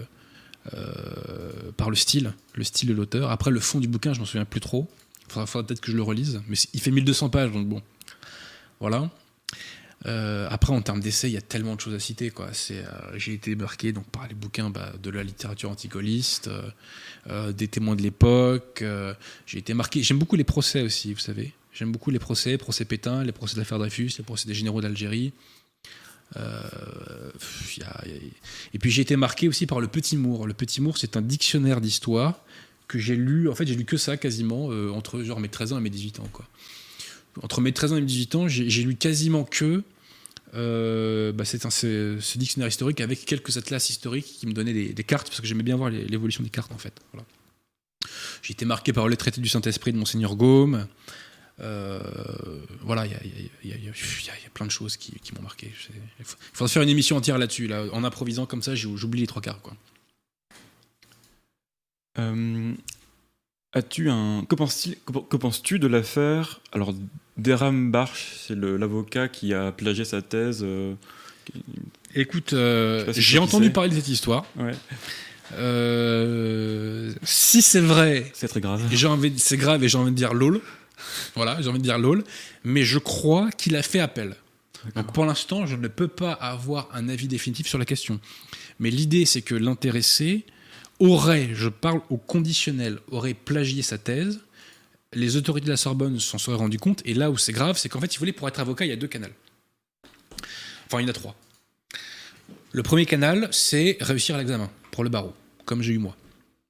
A: par le style de l'auteur. Après, le fond du bouquin, je m'en souviens plus trop. Faudra peut-être que je le relise, mais il fait 1200 pages, donc bon. Voilà. Après, en termes d'essais, il y a tellement de choses à citer, quoi. J'ai été marqué donc, par les bouquins de la littérature antigaulliste, des témoins de l'époque. J'ai été marqué. J'aime beaucoup les procès aussi, vous savez. J'aime beaucoup les procès Pétain, les procès de l'affaire Dreyfus, les procès des généraux d'Algérie. Et puis j'ai été marqué aussi par le Petit Mour. Le Petit Mour, c'est un dictionnaire d'histoire que j'ai lu. En fait, j'ai lu que ça quasiment entre mes 13 ans et mes 18 ans, quoi. Entre mes 13 ans et mes 18 ans, j'ai lu quasiment que ce dictionnaire historique avec quelques atlas historiques qui me donnaient des cartes, parce que j'aimais bien voir l'évolution des cartes, en fait. Voilà. J'ai été marqué par le traité du Saint-Esprit de Monseigneur Gaume. Voilà, il y a plein de choses qui m'ont marqué. Il faudrait faire une émission entière là-dessus. Là. En improvisant comme ça, j'oublie les 3 quarts, quoi.
B: Que penses-tu de l'affaire alors d'Eram Barch, c'est l'avocat qui a plagié sa thèse
A: Écoute,
B: sais pas si
A: j'ai
B: tu
A: entendu
B: sais.
A: parler de cette histoire.
B: Ouais,
A: Si c'est vrai,
B: c'est très grave.
A: c'est grave et j'ai envie de dire lol. Voilà, j'ai envie de dire lol. Mais je crois qu'il a fait appel. Donc pour l'instant, je ne peux pas avoir un avis définitif sur la question. Mais l'idée, c'est que l'intéressé aurait, je parle au conditionnel, aurait plagié sa thèse. Les autorités de la Sorbonne s'en seraient rendues compte. Et là où c'est grave, c'est qu'en fait, il voulait, pour être avocat, il y a 2 canaux. Enfin, il y en a 3. Le premier canal, c'est réussir à l'examen pour le barreau, comme j'ai eu moi.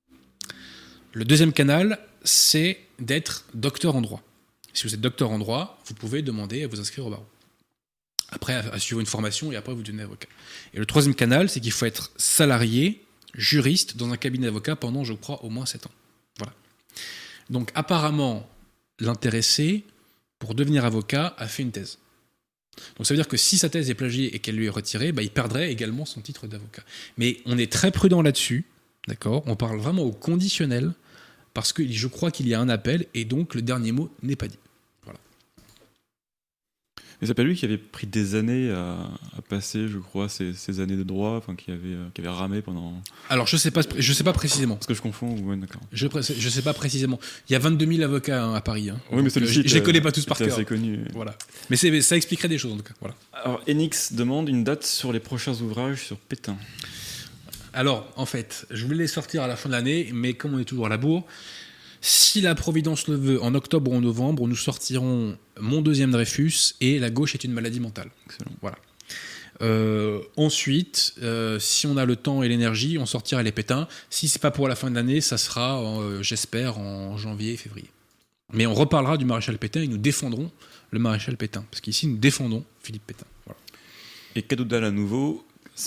A: Le deuxième canal, c'est d'être docteur en droit. Si vous êtes docteur en droit, vous pouvez demander à vous inscrire au barreau. Après, à suivre une formation et après vous devenez avocat. Et le troisième canal, c'est qu'il faut être salarié, juriste, dans un cabinet d'avocat pendant, je crois, au moins 7 ans. Voilà. Donc apparemment, l'intéressé, pour devenir avocat, a fait une thèse. Donc ça veut dire que si sa thèse est plagiée et qu'elle lui est retirée, il perdrait également son titre d'avocat. Mais on est très prudent là-dessus, d'accord ? On parle vraiment au conditionnel, parce que je crois qu'il y a un appel, et donc le dernier mot n'est pas dit. Voilà.
B: Mais c'est pas lui qui avait pris des années à passer, je crois, ces années de droit, enfin qui avait ramé pendant.
A: Alors je sais pas précisément.
B: Est-ce que je confonds? Ouais, d'accord.
A: Je sais pas précisément. Il y a 22 000 avocats à Paris.
B: Oui, mais celui-ci,
A: je les connais pas tous par
B: c'est
A: cœur.
B: assez connu.
A: Voilà. Mais ça expliquerait des choses en tout cas. Voilà.
B: Alors Enix demande une date sur les prochains ouvrages sur Pétain.
A: Alors en fait, je voulais les sortir à la fin de l'année, mais comme on est toujours à la bourre, si la Providence le veut, en octobre ou en novembre, nous sortirons Mon deuxième Dreyfus et La gauche est une maladie mentale.
B: Excellent.
A: Voilà. Ensuite, si on a le temps et l'énergie, on sortira Les Pétains. Si c'est pas pour la fin de l'année, ça sera, j'espère, en janvier, février. Mais on reparlera du maréchal Pétain et nous défendrons le maréchal Pétain. Parce qu'ici, nous défendons Philippe Pétain. Voilà.
B: Et Cadoudal à nouveau,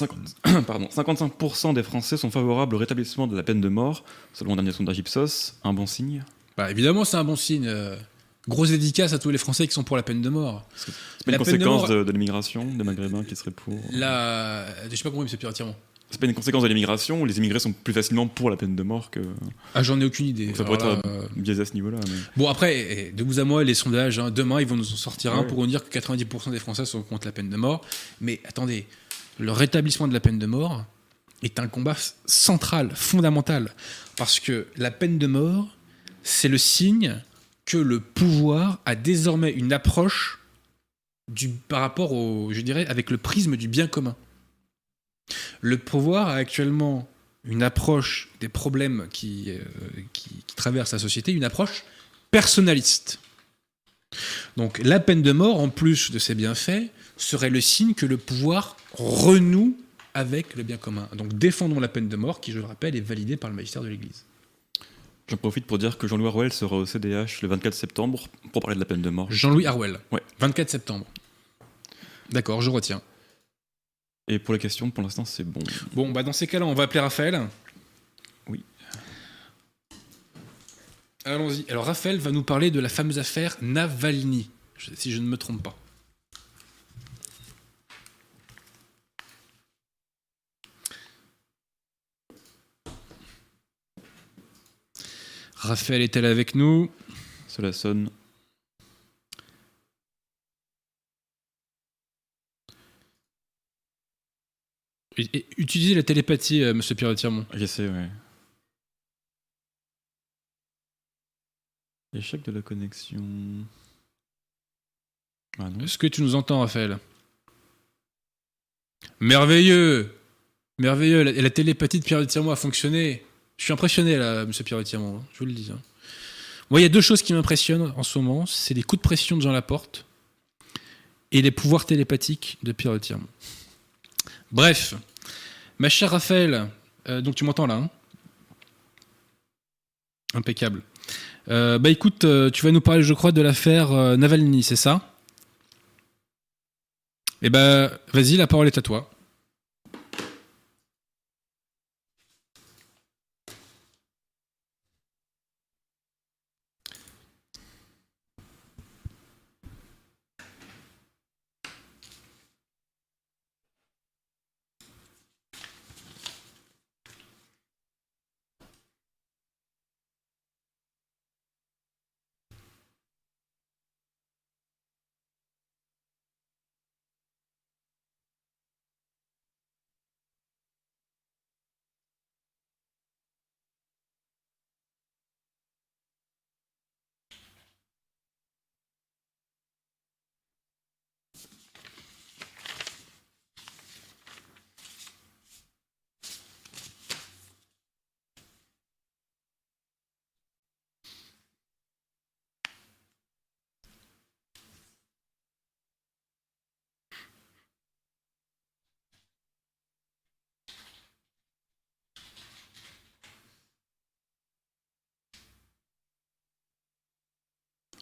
B: 55% des Français sont favorables au rétablissement de la peine de mort, selon le dernier sondage Ipsos. Un bon signe?
A: Évidemment, c'est un bon signe. Grosse dédicace à tous les Français qui sont pour la peine de mort.
B: C'est pas une conséquence de l'immigration, des Maghrébins qui seraient pour.
A: Je sais pas comment il me Pierre Tirement.
B: C'est pas une conséquence de l'immigration où les immigrés sont plus facilement pour la peine de mort que.
A: Ah, j'en ai aucune idée.
B: Donc ça pourrait être biaisé à ce niveau-là. Mais.
A: Bon, après, de vous à moi, les sondages, demain, ils vont nous en sortir un
B: Ouais.
A: pour nous dire que 90% des Français sont contre la peine de mort. Mais attendez, le rétablissement de la peine de mort est un combat central, fondamental. Parce que la peine de mort, c'est le signe que le pouvoir a désormais une approche par rapport avec le prisme du bien commun. Le pouvoir a actuellement une approche des problèmes qui traversent la société, une approche personnaliste. Donc la peine de mort, en plus de ses bienfaits, serait le signe que le pouvoir renoue avec le bien commun. Donc défendons la peine de mort, qui, je le rappelle, est validée par le magistère de l'Église.
B: J'en profite pour dire que Jean-Louis Arouel sera au CDH le 24 septembre pour parler de la peine de mort.
A: Jean-Louis Arouel,
B: Ouais.
A: 24 septembre. D'accord, je retiens.
B: Et pour les questions, pour l'instant, c'est bon.
A: Bon, dans ces cas-là, on va appeler Raphaël.
B: Oui.
A: Allons-y. Alors, Raphaël va nous parler de la fameuse affaire Navalny, si je ne me trompe pas. Raphaël est-elle avec nous?
B: Cela sonne.
A: Utilisez la télépathie, monsieur Pierre-Tirmont.
B: J'essaie, ouais. Échec de la connexion. Ah non.
A: Est-ce que tu nous entends, Raphaël? Merveilleux! Merveilleux! La télépathie de Pierre-Tirmont a fonctionné. Je suis impressionné, là, monsieur Pierre-Tirmont, je vous le dis. Moi, il y a 2 choses qui m'impressionnent en ce moment. C'est les coups de pression de Jean Laporte et les pouvoirs télépathiques de Pierre-Tirmont. Bref, ma chère Raphaël, donc tu m'entends là, hein? Impeccable. Écoute, tu vas nous parler, je crois, de l'affaire Navalny, c'est ça? Eh vas-y, la parole est à toi.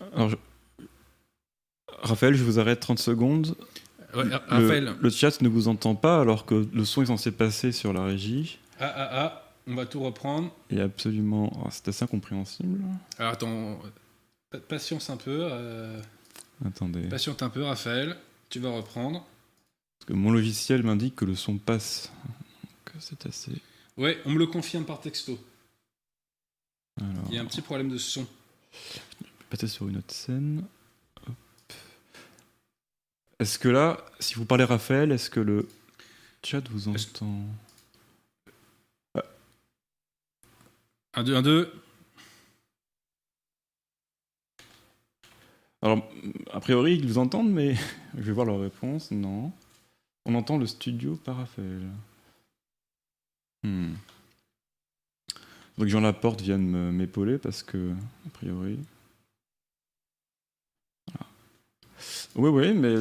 B: Alors, Raphaël, je vous arrête 30 secondes.
A: Ouais, Raphaël.
B: Le chat ne vous entend pas alors que le son est censé passer sur la régie.
A: On va tout reprendre.
B: Et absolument... c'est assez incompréhensible.
A: Alors attends, patience un peu.
B: Attendez.
A: Patiente un peu, Raphaël. Tu vas reprendre.
B: Parce que mon logiciel m'indique que le son passe. Donc c'est assez...
A: Ouais, on me le confirme par texto.
B: Alors...
A: Il y a un petit problème de son.
B: Je vais passer sur une autre scène. Hop. Est-ce que là, si vous parlez Raphaël, est-ce que le chat vous entend?
A: 1, 2, 1, 2.
B: Alors, a priori, ils vous entendent, mais je vais voir leur réponse. Non. On entend le studio par Raphaël. Donc Jean Laporte vient de m'épauler parce que, a priori... Voilà. Oui, mais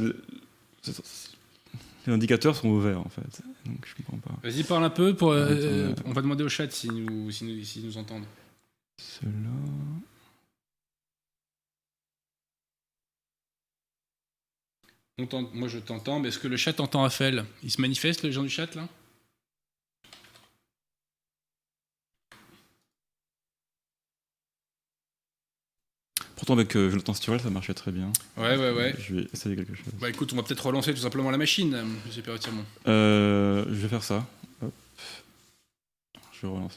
B: les indicateurs sont ouverts, en fait. Donc je comprends pas.
A: Vas-y, parle un peu. On va demander au chat s'ils nous entendent.
B: Cela...
A: Moi je t'entends, mais est-ce que le chat entend Raphaël? Il se manifeste, les gens du chat, là?
B: Pourtant avec Jonathan Sturel ça marchait très bien.
A: Ouais.
B: Je vais essayer quelque chose.
A: Bah écoute, on va peut-être relancer tout simplement la machine, monsieur Perretirmont.
B: Je vais faire ça. Hop. Je relance